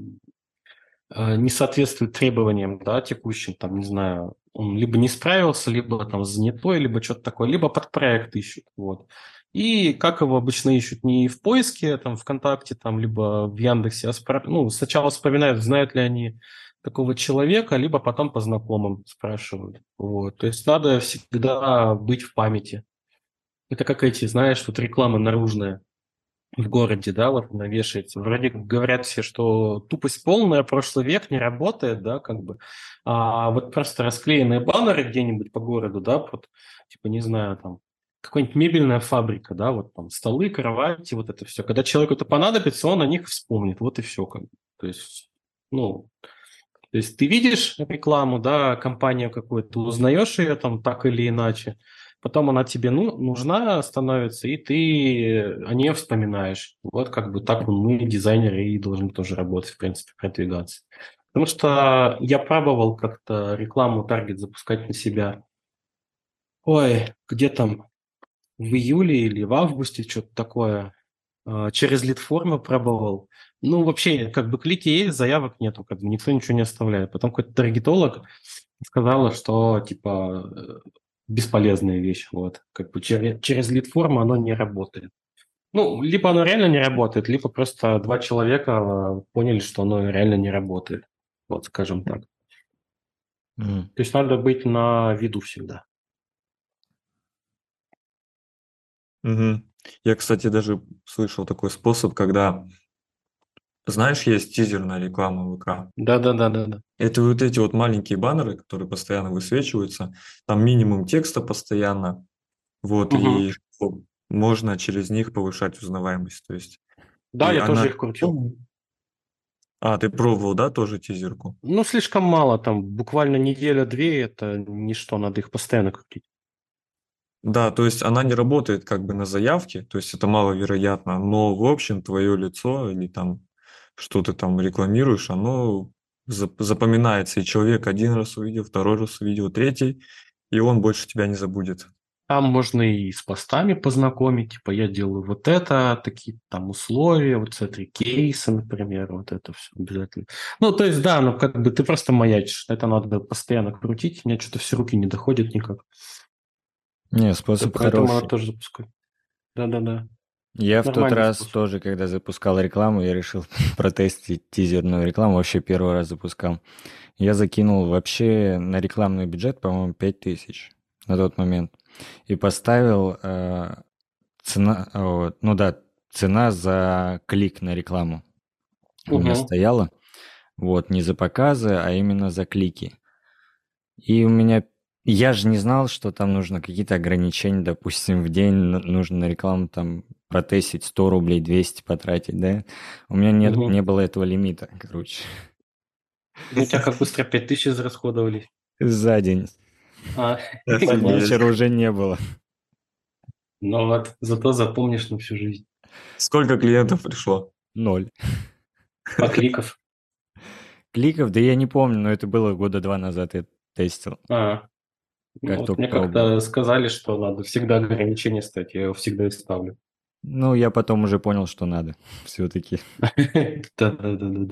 э, не соответствует требованиям, да, текущим, там, не знаю, он либо не справился, либо там занятой, либо что-то такое, либо под проект ищут, вот. И как его обычно ищут, не в поиске, там, ВКонтакте, там, либо в Яндексе, а спра- ну, сначала вспоминают, знают ли они такого человека, либо потом по знакомым спрашивают, вот. То есть надо всегда быть в памяти. Это как эти, знаешь, вот реклама наружная в городе, да, вот она вешается. Вроде как говорят все, что тупость полная, прошлый век не работает, да, как бы. А вот просто расклеенные баннеры где-нибудь по городу, да, вот, типа, не знаю, там, какая-нибудь мебельная фабрика, да, вот там столы, кровати, вот это все. Когда человеку это понадобится, он о них вспомнит, вот и все, как бы. То есть, ну, то есть ты видишь рекламу, да, компанию какую-то, узнаешь ее там так или иначе, потом она тебе ну, нужна становится, и ты о ней вспоминаешь. Вот как бы так мы, дизайнеры, и должны тоже работать, в принципе, продвигаться. Потому что я пробовал как-то рекламу таргет запускать на себя. Ой, где там, в июле или в августе, что-то такое. А, Через лид-форму пробовал. Ну, вообще, как бы клики есть, заявок нету, как бы никто ничего не оставляет. Потом какой-то таргетолог сказала, что, типа, бесполезная вещь. Вот. Как бы через, через лид-форму оно не работает. Ну, либо оно реально не работает, либо просто два человека э, поняли, что оно реально не работает. Вот, скажем так. М. То есть надо быть на виду всегда. Мгм. Я, кстати, даже слышал такой способ, когда, знаешь, есть тизерная реклама в ВК. Да-да-да-да-да. Это вот эти вот маленькие баннеры, которые постоянно высвечиваются, там минимум текста постоянно, вот, Мгм. и что можно через них повышать узнаваемость, то есть, Да, и я тоже она... их крутил. А, ты пробовал, да, тоже тизерку? Ну, слишком мало, там буквально неделя-две, это ничто, надо их постоянно крутить. Да, то есть она не работает как бы на заявке, то есть это маловероятно, но в общем твое лицо или там что ты там рекламируешь, оно зап- запоминается, и человек один раз увидел, второй раз увидел, третий, и он больше тебя не забудет. Там можно и с постами познакомить, типа я делаю вот это, такие там условия, вот смотри, кейсы, например, вот это все обязательно. Ну, то есть, да, ну как бы ты просто маячишь, это надо постоянно крутить, мне что-то все руки не доходят никак. Не, Да, способ поэтому надо хороший. тоже запускать. Да-да-да, Я в тот нормальный раз способ. тоже, когда запускал рекламу, я решил протестить тизерную рекламу, вообще первый раз запускал. Я закинул вообще на рекламный бюджет, по-моему, пять тысяч на тот момент. И поставил э, цена, о, ну да, цена за клик на рекламу у меня Угу. стояла. Вот, не за показы, а именно за клики. И у меня... Я же не знал, что там нужно какие-то ограничения, допустим, в день н- нужно на рекламу там протестить сто рублей, двести потратить, да? У меня нет, Угу. не было этого лимита, короче, Ну, у тебя как быстро пять тысяч израсходовались. за день. А, Под Офигеть. вечер уже не было. ну вот, зато запомнишь на всю жизнь. Сколько клиентов пришло? Ноль. А кликов? Кликов, да я не помню, но это было года два назад я тестил, А, ну как вот только мне пробовал. как-то сказали, что надо всегда ограничение ставить, я его всегда и ставлю. Ну, я потом уже понял, что надо все-таки. Да-да-да-да.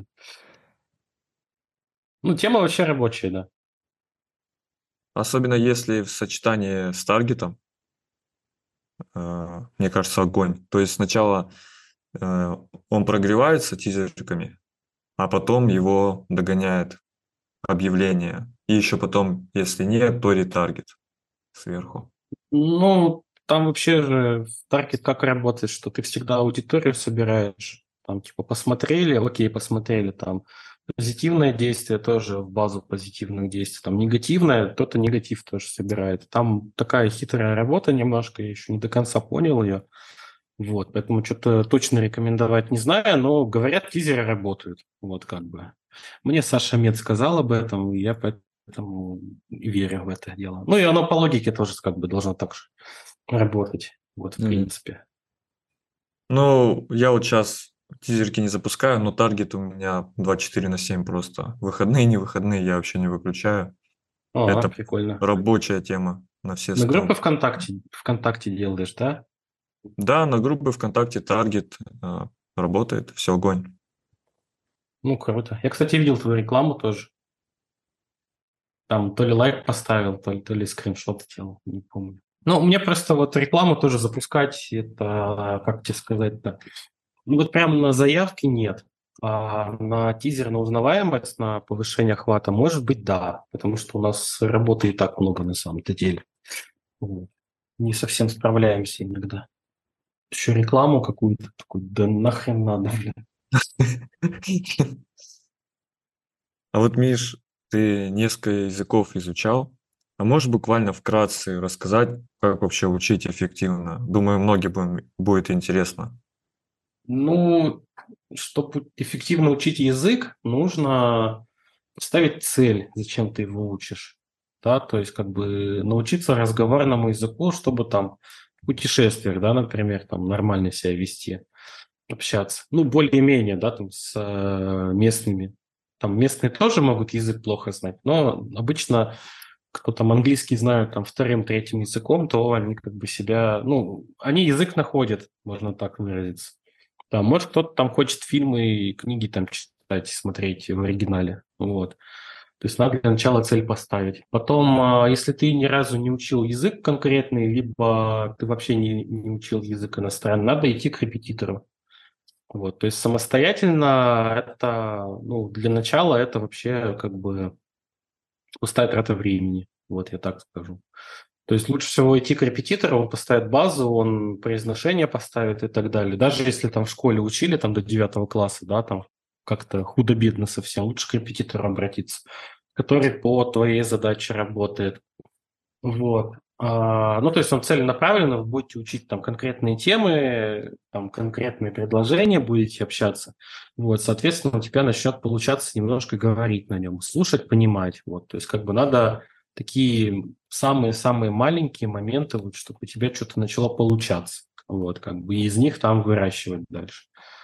Ну, тема вообще рабочая, да. Особенно если в сочетании с таргетом, э, мне кажется, огонь. То есть сначала э, он прогревается тизерками, а потом его догоняет объявление. И еще потом, если нет, то ретаргет сверху. Ну, там вообще же в таргет как работает, что ты всегда аудиторию собираешь, там типа посмотрели, окей, посмотрели, там позитивное действие тоже в базу позитивных действий, там негативное, кто-то негатив тоже собирает. Там такая хитрая работа немножко, я еще не до конца понял ее, вот, поэтому что-то точно рекомендовать не знаю, но говорят, тизеры работают, вот как бы. Мне Саша Мед сказал об этом, и я поэтому и верю в это дело. Ну и оно по логике тоже как бы должно так же работать, вот в Мгм. принципе. Ну, я вот сейчас тизерки не запускаю, но таргет у меня двадцать четыре на семь просто. Выходные, не выходные я вообще не выключаю. А, Это прикольно. рабочая тема на все На группы сто. ВКонтакте, ВКонтакте делаешь, да? Да, на группы ВКонтакте таргет э, работает, все огонь. Ну, круто. Я, кстати, видел твою рекламу тоже. Там то ли лайк поставил, то ли, то ли скриншот сделал, не помню. Ну, мне просто вот рекламу тоже запускать, это, как тебе сказать-то, ну вот прямо на заявке нет. А на тизер, на узнаваемость, на повышение охвата, может быть, да. Потому что у нас работы и так много на самом-то деле. Вот. Не совсем справляемся иногда. Еще рекламу какую-то такую, да нахрен надо, блин. А вот, Миш, ты несколько языков изучал, а можешь буквально вкратце рассказать, как вообще учить эффективно? Думаю, многим бу- будет интересно. Ну, чтобы эффективно учить язык, нужно ставить цель, зачем ты его учишь. Да, то есть как бы научиться разговорному языку, чтобы там в путешествиях, да, например, там нормально себя вести, общаться. Ну, более-менее, да, там с э, местными. Там местные тоже могут язык плохо знать, но обычно кто там английский знают там вторым, третьим языком, то они как бы себя, ну, они язык находят, можно так выразиться. Да, может, кто-то там хочет фильмы и книги там читать, смотреть в оригинале. Вот. То есть надо для начала цель поставить. Потом, а, если ты ни разу не учил язык конкретный, либо ты вообще не, не учил язык иностранный, надо идти к репетитору. Вот, то есть самостоятельно это, ну, для начала это вообще как бы пустая трата времени. Вот я так скажу. То есть лучше всего идти к репетитору, он поставит базу, он произношение поставит и так далее. Даже если там в школе учили там до девятого класса, да, там как-то худо-бедно совсем, лучше к репетитору обратиться, который по твоей задаче работает. Вот. А, ну, то есть он целенаправленно, вы будете учить там конкретные темы, там конкретные предложения, будете общаться. Вот, соответственно, у тебя начнет получаться немножко говорить на нем, слушать, понимать. Вот, то есть как бы надо такие самые-самые маленькие моменты, вот, чтобы у тебя что-то начало получаться. Вот, как бы и из них там выращивать дальше.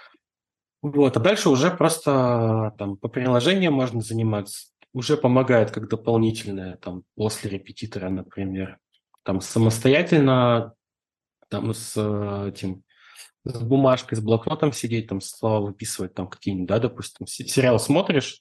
Вот, а дальше уже просто там по приложениям можно заниматься. Уже помогает как дополнительное, там, после репетитора, например. Там самостоятельно, там, с э, этим, с бумажкой, с блокнотом сидеть, там, слова выписывать, там, какие-нибудь, да, допустим, се- сериал смотришь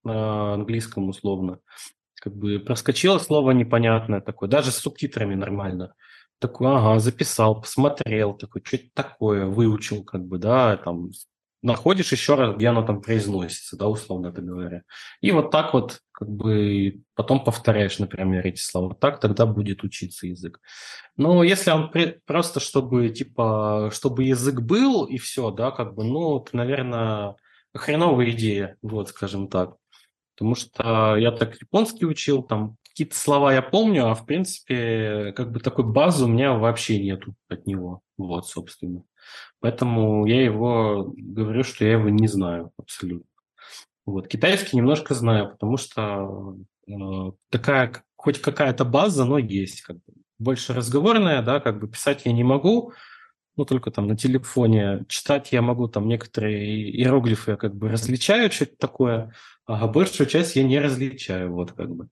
на английском условно, как бы проскочило слово непонятное такое, даже с субтитрами нормально. Такой, ага, записал, посмотрел, такой, что это такое, выучил, как бы, да, там, находишь еще раз, где оно там произносится, да, условно это говоря. И вот так вот, как бы, потом повторяешь, например, эти слова. Вот так тогда будет учиться язык. Но если он при- просто, чтобы, типа, чтобы язык был и все, да, как бы, ну, это, наверное, хреновая идея, вот, скажем так. Потому что я так японский учил, там какие-то слова я помню, а в принципе, как бы такой базы у меня вообще нету от него. Вот, собственно. Поэтому я его говорю, что я его не знаю абсолютно. Вот. Китайский немножко знаю, потому что э, такая, к- хоть какая-то база, но есть. Как бы. Больше разговорная, да, как бы писать я не могу, ну, только там на телефоне. Читать я могу, там некоторые иероглифы я как бы различаю, что это такое, а большую часть я не различаю, вот как бы.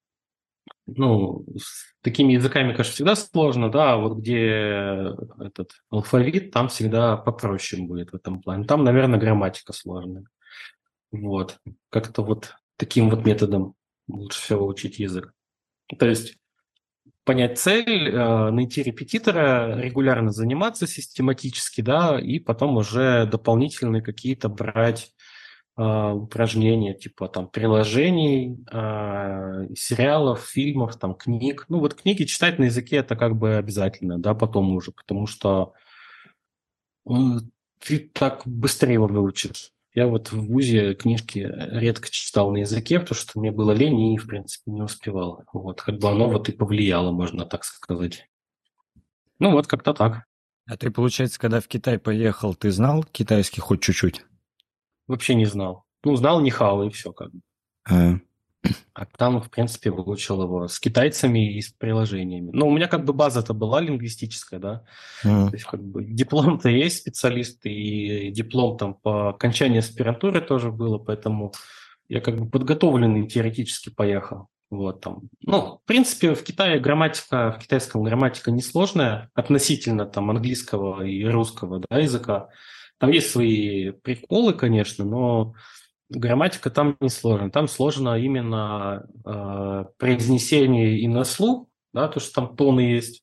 Ну, с такими языками, конечно, всегда сложно, да, а вот где этот алфавит, там всегда попроще будет в этом плане. Там, наверное, грамматика сложная. Вот. Как-то вот таким вот методом лучше всего учить язык. То есть понять цель, э, найти репетитора, регулярно заниматься систематически, да, и потом уже дополнительные какие-то брать э, упражнения, типа там приложений, э, сериалов, фильмов, там книг. Ну вот книги читать на языке это как бы обязательно, да, потом уже, потому что э, ты так быстрее его выучишь. Я вот в ВУЗе книжки редко читал на языке, потому что мне было лень и, в принципе, не успевал. Вот, как бы оно вот и повлияло, можно так сказать. Ну вот, как-то так. А ты, получается, когда в Китай поехал, ты знал китайский хоть чуть-чуть? Вообще не знал. Ну, знал нихао и все как бы. А, А там, в принципе, выучил его с китайцами и с приложениями. Но у меня как бы база-то была лингвистическая, да. м. То есть как бы диплом-то есть специалист, и диплом там по окончании аспирантуры тоже было, поэтому я как бы подготовленный теоретически поехал. Вот там. Ну, в принципе, в Китае грамматика, в китайском грамматика несложная относительно там английского и русского, да, языка. Там есть свои приколы, конечно, но грамматика там не сложна. Там сложно именно э, произнесение и на слух, да, то, что там тоны есть,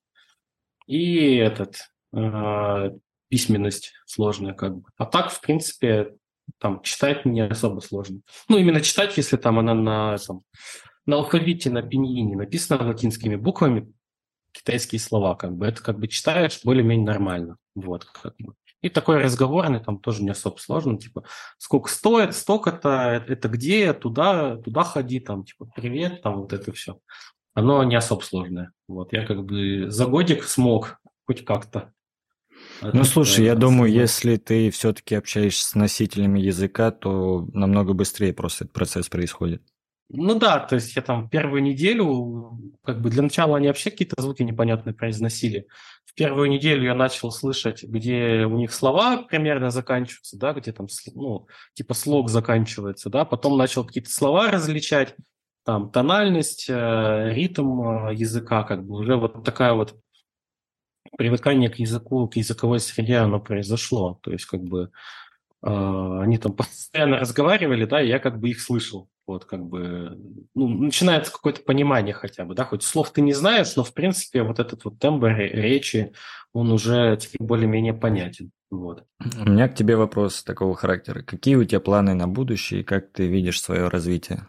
и этот э, письменность сложная как бы. А так, в принципе, там читать не особо сложно. Ну, именно читать, если там она на, там, на алфавите, на пиньине написано латинскими буквами, китайские слова, как бы, это как бы читаешь более-менее нормально. Вот, как бы. И такой разговорный там тоже не особо сложно, типа, сколько стоит, столько-то, это где, туда, туда ходи, там, типа, привет, там, вот это все. Оно не особо сложное. Вот, я как бы за годик смог хоть как-то Ну, от- слушай, я э, думаю, освоить. если ты все-таки общаешься с носителями языка, то намного быстрее просто этот процесс происходит. Ну да, то есть я там первую неделю, как бы для начала они вообще какие-то звуки непонятные произносили. В первую неделю я начал слышать, где у них слова примерно заканчиваются, да, где там, с- ну, типа слог заканчивается, да, потом начал какие-то слова различать, там, тональность, э, ритм э, языка, как бы уже вот такая вот привыкание к языку, к языковой среде, оно произошло. То есть как бы э, они там постоянно разговаривали, да, и я как бы их слышал. Вот как бы, ну, начинается какое-то понимание хотя бы, да, хоть слов ты не знаешь, но, в принципе, вот этот вот тембр ре- речи, он уже тебе более-менее понятен, вот. У меня к тебе вопрос такого характера. Какие у тебя планы на будущее и как ты видишь свое развитие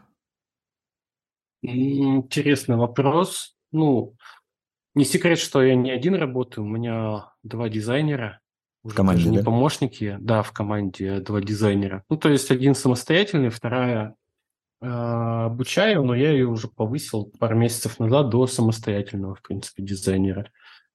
М, Интересный вопрос. Ну, не секрет, что я не один работаю, у меня два дизайнера, в уже даже команде, не да? помощники, да, в команде два дизайнера. Ну, то есть один самостоятельный, вторая э, обучаю, но я ее уже повысил пару месяцев назад до самостоятельного, в принципе, дизайнера.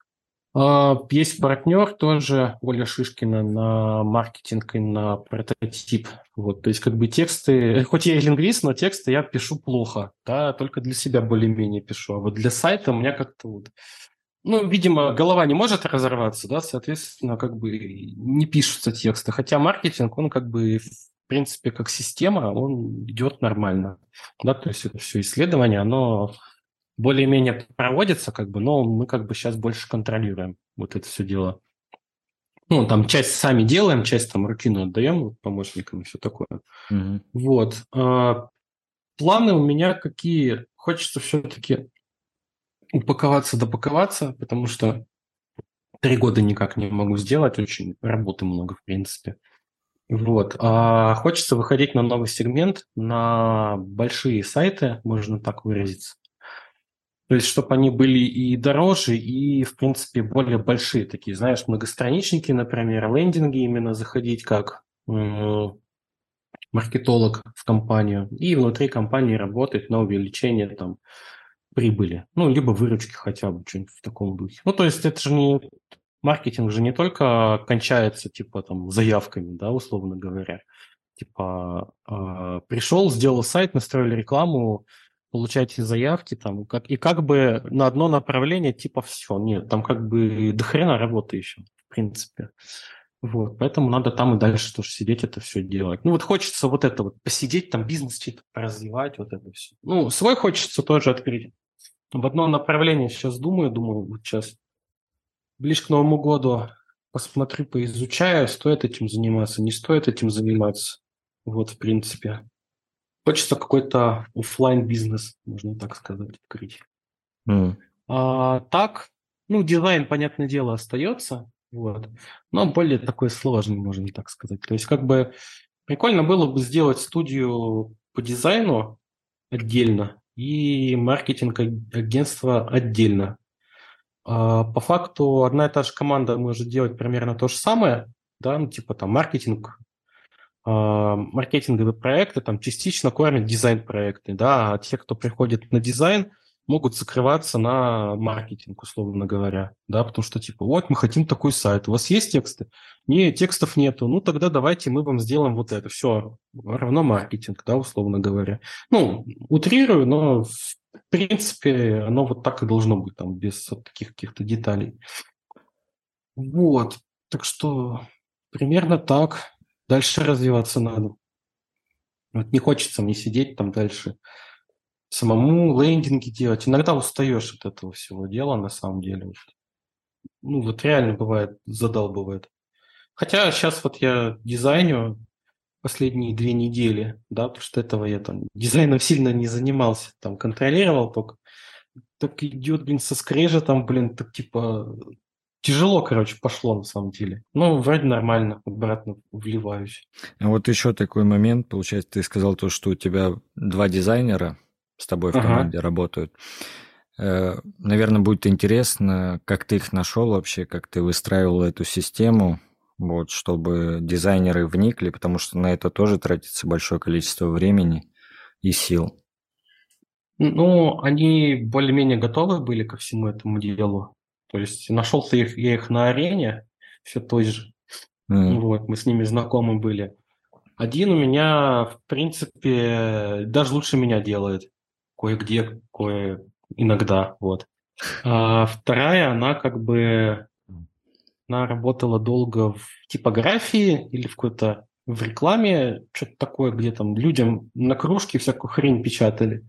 А, Есть партнер тоже, Оля Шишкина, на маркетинг и на прототип. Вот, то есть как бы тексты, хоть я и лингвист, но тексты я пишу плохо, да, только для себя более-менее пишу. А вот для сайта у меня как-то вот, ну, видимо, голова не может разорваться, да, соответственно, как бы не пишутся тексты. Хотя маркетинг, он как бы, в принципе, как система, он идет нормально, да, то есть это все исследование, оно более-менее проводится, как бы, но мы как бы сейчас больше контролируем вот это все дело. Ну, там часть сами делаем, часть там рутину отдаем помощникам и все такое. Мгм. Вот. А, Планы у меня какие? Хочется все-таки упаковаться, допаковаться, потому что три года никак не могу сделать, очень работы много, в принципе. Вот. А хочется выходить на новый сегмент, на большие сайты, можно так выразиться. То есть, чтобы они были и дороже, и, в принципе, более большие такие, знаешь, многостраничники, например, лендинги именно заходить как м, маркетолог в компанию и внутри компании работать на увеличение там прибыли, ну, либо выручки хотя бы, что-нибудь в таком духе. Ну, то есть это же не... Маркетинг же не только кончается, типа, там, заявками, да, условно говоря. Типа, э, пришел, сделал сайт, настроили рекламу, получаете заявки, там, как, и как бы на одно направление, типа, все. Нет, там как бы до хрена работы еще, в принципе. Вот, поэтому надо там и дальше тоже сидеть, это все делать. Ну, вот хочется вот это вот, посидеть, там, бизнес чей-то развивать, вот это все. Ну, свой хочется тоже открыть. В одно направление сейчас думаю, думаю, вот сейчас ближе к Новому году посмотрю, поизучаю, стоит этим заниматься, не стоит этим заниматься. Вот, в принципе. Хочется какой-то оффлайн бизнес, можно так сказать, открыть. М. А так, ну, дизайн, понятное дело, остается, вот, но более такой сложный, можно так сказать. То есть, как бы прикольно было бы сделать студию по дизайну отдельно и маркетинг-агентство отдельно. А по факту одна и та же команда может делать примерно то же самое, да, ну, типа там маркетинг, а, маркетинговые проекты там частично кормят дизайн-проекты, да, а те, кто приходит на дизайн, могут закрываться на маркетинг, условно говоря, да, потому что типа, вот мы хотим такой сайт, у вас есть тексты? Не, текстов нету, ну тогда давайте мы вам сделаем вот это, все, равно маркетинг, да, условно говоря. Ну, утрирую, но в принципе оно вот так и должно быть, там, без вот таких каких-то деталей. Вот, так что примерно так. Дальше развиваться надо. Вот не хочется мне сидеть там дальше, самому лендинги делать. Иногда устаешь от этого всего дела, на самом деле. Вот. Ну, вот реально бывает, задалбывает. Хотя сейчас вот я дизайню последние две недели, да, потому что этого я там дизайном сильно не занимался, там контролировал только. Так идет, блин, со скрежетом, блин, так типа тяжело, короче, пошло на самом деле. Ну, вроде нормально, обратно вливаюсь. А вот еще такой момент, получается, ты сказал то, что у тебя два дизайнера с тобой в Ага. команде работают. Э, Наверное, будет интересно, как ты их нашел вообще, как ты выстраивал эту систему, вот, чтобы дизайнеры вникли, потому что на это тоже тратится большое количество времени и сил. Ну, они более-менее готовы были ко всему этому делу. То есть нашел-то их, я их на арене, все той же. М. Вот, мы с ними знакомы были. Один у меня, в принципе, даже лучше меня делает. Кое-где, кое иногда, вот. А вторая, она как бы, она работала долго в типографии или в какой-то в рекламе, что-то такое, где там людям на кружке всякую хрень печатали.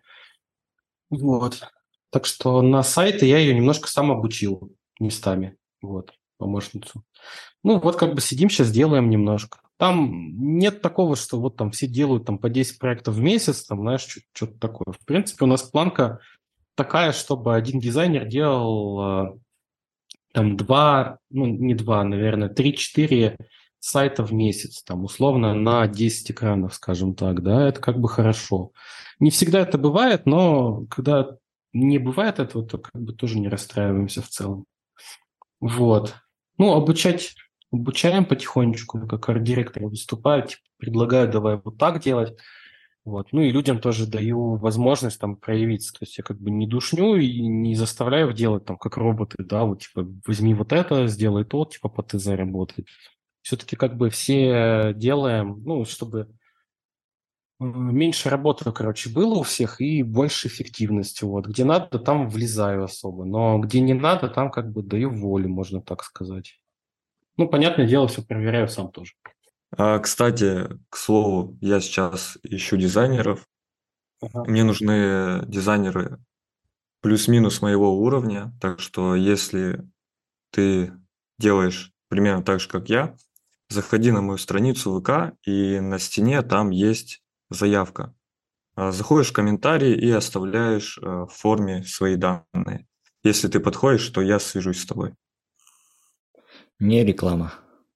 Вот. Так что на сайты я ее немножко сам обучил местами. Вот, помощницу. Ну, вот как бы сидим сейчас, делаем немножко. Там нет такого, что вот там все делают там по десять проектов в месяц, там, знаешь, что- что-то такое. В принципе, у нас планка такая, чтобы один дизайнер делал э, там два, ну, не два, наверное, три-четыре сайта в месяц, там, условно, на десять экранов, скажем так, да, это как бы хорошо. Не всегда это бывает, но когда не бывает этого, то как бы тоже не расстраиваемся в целом. Вот. Ну, обучать, обучаем потихонечку, как арт-директор выступаю, типа, предлагаю, давай вот так делать. Вот. Ну и людям тоже даю возможность там проявиться. То есть я как бы не душню и не заставляю их делать там как роботы, да, вот типа возьми вот это, сделай то, типа по ТЗ работай. Все-таки как бы все делаем, ну, чтобы э, меньше работы, короче, было у всех и больше эффективности. Вот. Где надо, там влезаю особо. Но где не надо, там как бы даю волю, можно так сказать. Ну, понятное дело, все проверяю сам тоже. А, кстати, к слову, я сейчас ищу дизайнеров. Ага. Мне нужны дизайнеры плюс-минус моего уровня, так что если ты делаешь примерно так же, как я, заходи на мою страницу вэ ка, и на стене там есть заявка. А, Заходишь в комментарии и оставляешь э, в форме свои данные. Если ты подходишь, то я свяжусь с тобой. Не реклама.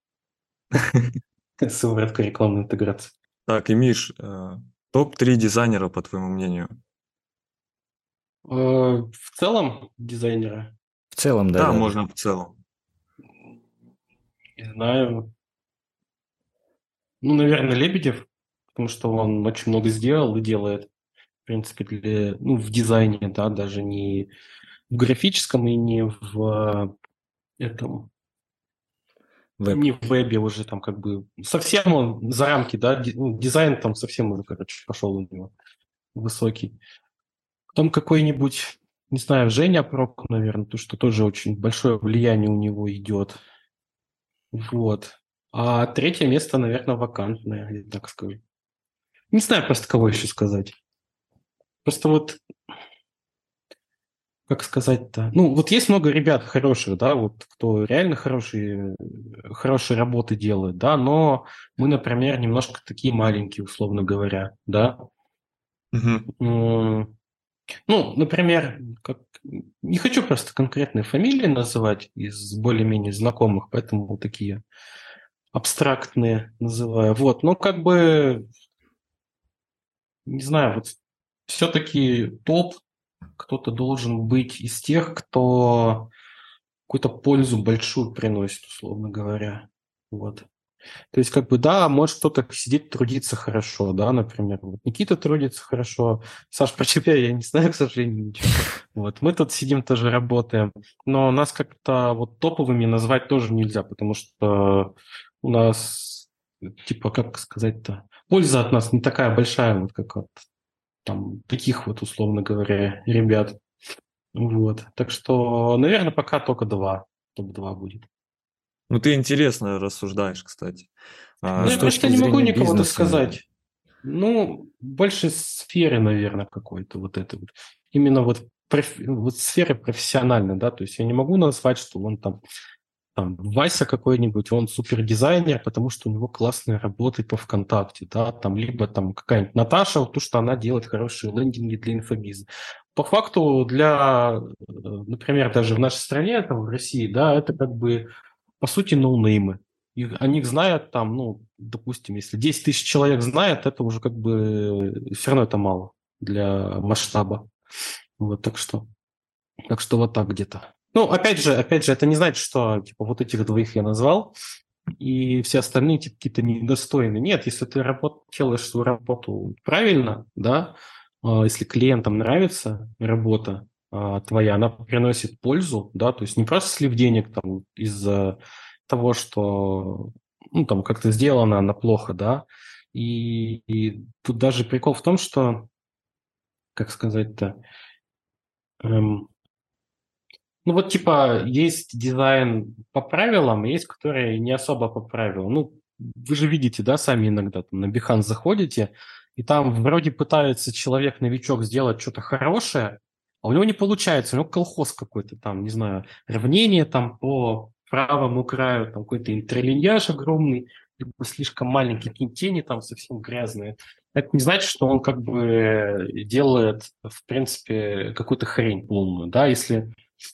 Сыворотка рекламной интеграции. Так, и Миш, э, топ три дизайнера, по твоему мнению? Э, В целом дизайнера, В целом, да, Да, да, да. можно в целом. не знаю, ну, наверное, Лебедев, потому что он очень много сделал и делает, в принципе, для, ну, в дизайне, да, даже не в графическом и не в этом, Веб. не в вебе уже там как бы совсем он за рамки, да, ди- ну, дизайн там совсем уже, короче, пошел у него высокий. Потом какой-нибудь, не знаю, Женя Прок, наверное, то, что тоже очень большое влияние у него идет. Вот. А третье место, наверное, вакантное, я так скажу. Не знаю просто, кого еще сказать. Просто вот, как сказать-то? Ну, вот есть много ребят хороших, да, вот кто реально хорошие, хорошие работы делает, да, но мы, например, немножко такие маленькие, условно говоря, да. Мгм. М, Ну, например, как... не хочу просто конкретные фамилии называть из более-менее знакомых, поэтому вот такие абстрактные называю. Вот, но как бы, не знаю, вот все-таки топ кто-то должен быть из тех, кто какую-то пользу большую приносит, условно говоря. Вот. То есть, как бы, да, может кто-то сидит, трудиться хорошо, да, например. Вот Никита трудится хорошо. Саш, про тебя я не знаю, к сожалению, ничего. Вот. Мы тут сидим, тоже работаем. Но нас как-то вот топовыми назвать тоже нельзя, потому что у нас, типа, как сказать-то, польза от нас не такая большая, вот как от там таких вот, условно говоря, ребят. Вот. Так что, наверное, пока только два. Топ-два будет. Ну, ты интересно рассуждаешь, кстати. Ну, А, Ну, с я точки просто не могу зрения никого-то бизнеса, сказать. Ну, больше сферы, наверное, какой-то вот это вот. Именно вот, проф- вот сферы профессиональной, да, то есть я не могу назвать, что он там, там Вася какой-нибудь, он супердизайнер, потому что у него классные работы по ВКонтакте, да, там, либо там какая-нибудь Наташа, вот то, что она делает хорошие лендинги для инфобиза. По факту для, э, например, даже в нашей стране, там, в России, да, это как бы, по сути, ноунеймы. И о них знают там, ну, допустим, если десять тысяч человек знает, это уже как бы все равно это мало для масштаба. Вот так что, так что вот так где-то. Ну, опять же, опять же, это не значит, что типа вот этих двоих я назвал, и все остальные типа какие-то недостойны. Нет, если ты работ, делаешь свою работу правильно, да, а, если клиентам нравится работа а, твоя, она приносит пользу, да, то есть не просто слив денег там из-за того, что ну, там как-то сделано она плохо, да, и, и тут даже прикол в том, что, как сказать-то, эм, ну вот типа есть дизайн по правилам, есть который не особо по правилам. Ну, вы же видите, да, сами иногда там на Behance заходите, и там вроде пытается человек-новичок сделать что-то хорошее, а у него не получается, у него колхоз какой-то там, не знаю, равнение там по правому краю, там какой-то интерлиньяж огромный, как бы слишком маленькие, какие тени там совсем грязные. Это не значит, что он как бы делает, в принципе, какую-то хрень полную, да, если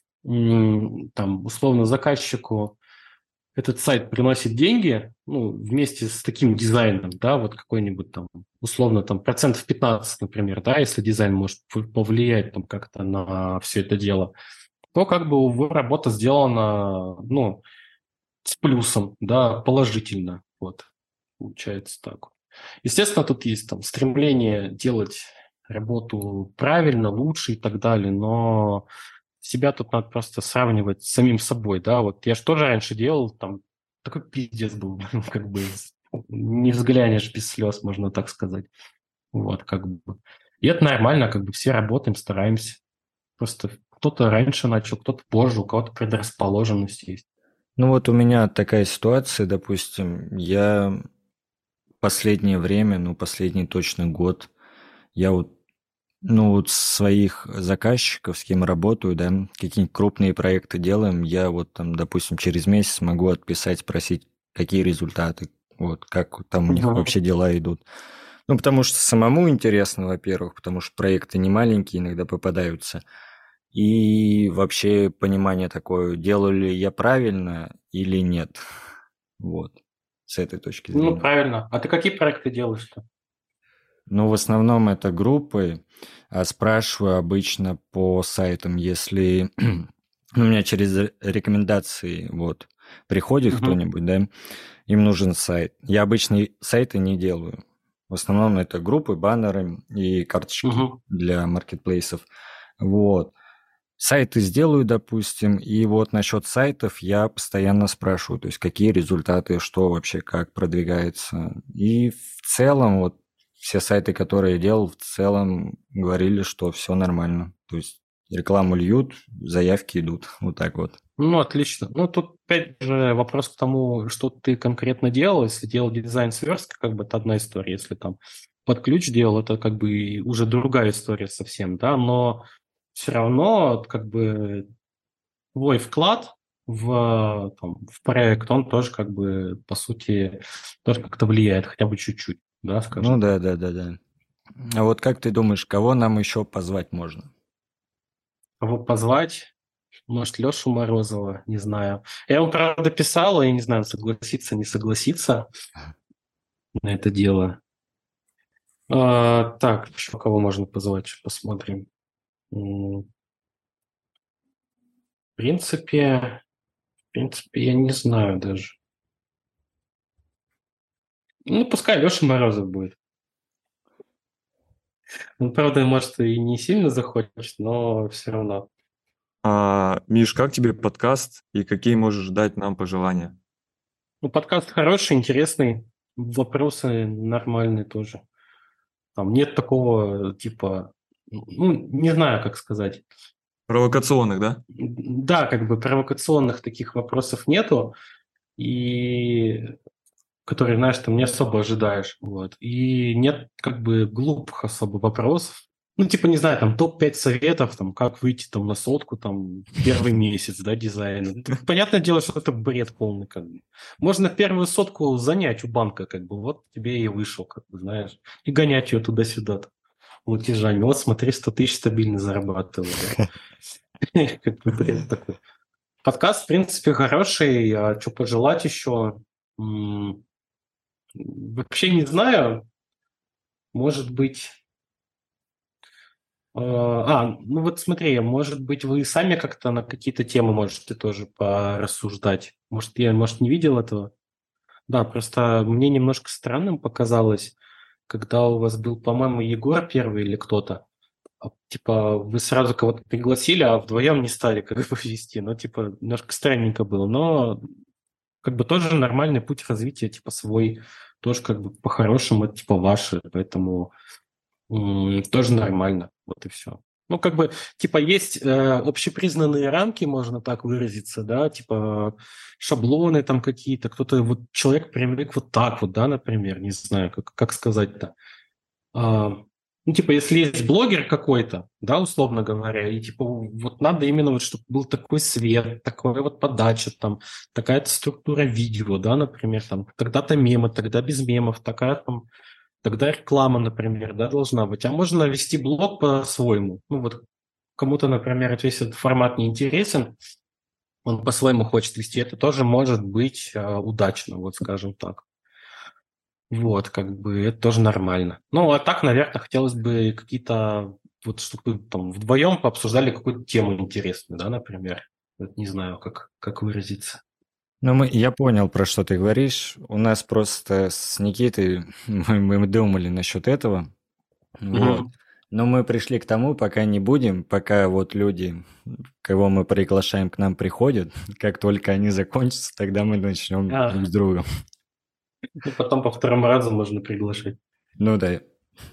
м, там условно заказчику этот сайт приносит деньги, ну, вместе с таким дизайном, да, вот какой-нибудь там, условно, там, процентов пятнадцать, например, да, если дизайн может повлиять там как-то на все это дело, то как бы его работа сделана, ну, с плюсом, да, положительно, вот, получается так. Естественно, тут есть там стремление делать работу правильно, лучше и так далее, но себя тут надо просто сравнивать с самим собой, да, вот я же тоже раньше делал, там, такой пиздец был, как бы, не взглянешь без слез, можно так сказать, вот, как бы. И это нормально, как бы все работаем, стараемся, просто кто-то раньше начал, кто-то позже, у кого-то предрасположенность есть. Ну вот у меня такая ситуация, допустим, я последнее время, ну последний точно год, я вот, ну вот своих заказчиков, с кем работаю, да, какие-нибудь крупные проекты делаем, я вот там, допустим, через месяц могу отписать, спросить, какие результаты, вот, как там у них вообще дела идут. Ну, потому что самому интересно, во-первых, потому что проекты не маленькие, иногда попадаются. И вообще понимание такое, делаю ли я правильно или нет. Вот, с этой точки Ну, зрения. правильно. А ты какие проекты делаешь-то? Ну, в основном это группы, а спрашиваю обычно по сайтам, если у меня через рекомендации вот приходит Угу. кто-нибудь, да, им нужен сайт. Я обычно сайты не делаю. В основном это группы, баннеры и карточки Угу. для маркетплейсов. Вот. Сайты сделаю, допустим, и вот насчет сайтов я постоянно спрашиваю, то есть какие результаты, что вообще, как продвигается. И в целом вот все сайты, которые я делал, в целом говорили, что все нормально. То есть рекламу льют, заявки идут, вот так вот. Ну, отлично. Ну, тут опять же вопрос к тому, что ты конкретно делал. Если делал дизайн сверстка, как бы это одна история. Если там под ключ делал, это как бы уже другая история совсем, да, но все равно как бы твой вклад в, там, в проект, он тоже как бы, по сути, тоже как-то влияет, хотя бы чуть-чуть, да, Ну скажем да, так. да, да, да. А вот как ты думаешь, кого нам еще позвать можно? Кого позвать? Может, Лешу Морозова, не знаю. Я ему, правда, писал, и не знаю, согласиться, не согласиться на это дело. А, так, еще кого можно позвать, сейчас посмотрим. М, В принципе, в принципе, я не знаю даже. Ну, пускай Леша Морозов будет. Он, правда, может, и не сильно захочет, но все равно. А, Миш, как тебе подкаст и какие можешь дать нам пожелания? Ну, подкаст хороший, интересный, вопросы нормальные тоже. Там нет такого, типа, ну, не знаю, как сказать. Провокационных, да? Да, как бы провокационных таких вопросов нету, и которые, знаешь, там не особо ожидаешь. Вот. И нет как бы глупых особо вопросов. Ну, типа, не знаю, там топ пять советов, там, как выйти там на сотку там в первый месяц, да, дизайна. Ну, понятное дело, что это бред полный, как бы. Можно первую сотку занять у банка, как бы, вот тебе и вышел, как бы, знаешь, и гонять ее туда-сюда, платежами. Вот, смотри, сто тысяч стабильно зарабатываю. Как бы бред такой. Подкаст, в принципе, хороший. А что пожелать еще? М, Вообще не знаю. Может быть... э, А, ну вот смотри, может быть, вы сами как-то на какие-то темы можете тоже порассуждать. Может, я, может, не видел этого? Да, просто мне немножко странным показалось, когда у вас был, по-моему, Егор первый или кто-то. А, Типа, вы сразу кого-то пригласили, а вдвоем не стали как бы вести. Ну, типа, немножко странненько было. Но как бы тоже нормальный путь развития, типа свой, тоже как бы по-хорошему, это типа ваше, поэтому м, тоже нормально, вот и все. Ну, как бы, типа, есть э, общепризнанные рамки, можно так выразиться, да, типа шаблоны там какие-то, кто-то, вот человек привык вот так вот, да, например, не знаю, как, как сказать-то. А, Ну, типа, если есть блогер какой-то, да, условно говоря, и типа вот надо именно вот, чтобы был такой свет, такая вот подача, там, такая-то структура видео, да, например, там, тогда-то мемы, тогда без мемов, такая там, тогда реклама, например, да, должна быть. А можно вести блог по-своему. Ну, вот кому-то, например, весь этот формат не интересен, он по-своему хочет вести, это тоже может быть э, удачно, вот скажем так. Вот, как бы это тоже нормально. Ну, а так, наверное, хотелось бы какие-то, вот чтобы там вдвоем пообсуждали какую-то тему интересную, да, например. Вот не знаю, как, как выразиться. Ну, мы, я понял, про что ты говоришь. У нас просто с Никитой мы, мы думали насчет этого. Вот. Мгм. Но мы пришли к тому, пока не будем, пока вот люди, кого мы приглашаем к нам, приходят. Как только они закончатся, тогда мы начнем друг А, с другом. и потом по второму разу можно приглашать. Ну да.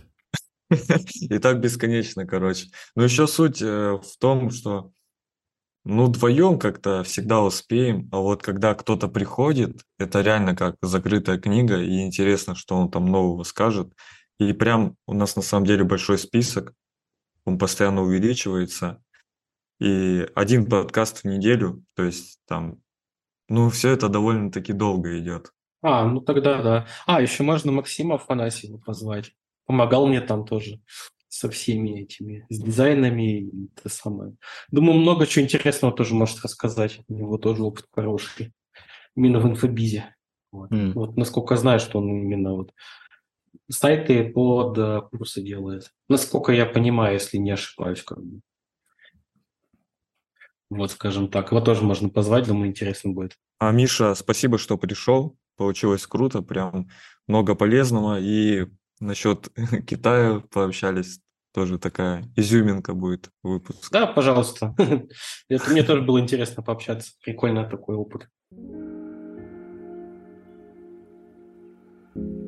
И так бесконечно, короче. Но еще суть э, в том, что ну вдвоем как-то всегда успеем, а вот когда кто-то приходит, это реально как закрытая книга, и интересно, что он там нового скажет. И прям у нас на самом деле большой список, он постоянно увеличивается. И один подкаст в неделю, то есть там, ну все это довольно-таки долго идет. А, ну тогда да. А, еще можно Максима Афанасьева позвать. Помогал мне там тоже со всеми этими, с дизайнами и то самое. Думаю, много чего интересного тоже может рассказать. У него тоже опыт хороший. Именно в инфобизе. Вот. М. Вот, насколько знаю, что он именно вот сайты под э, курсы делает. Насколько я понимаю, если не ошибаюсь, как бы. Вот, скажем так. Его тоже можно позвать, думаю, интересно будет. А Миша, спасибо, что пришел. Получилось круто, прям много полезного. И насчет Китая пообщались. Тоже такая изюминка будет выпуск. Да, пожалуйста. Это мне тоже было интересно пообщаться. Прикольно такой опыт.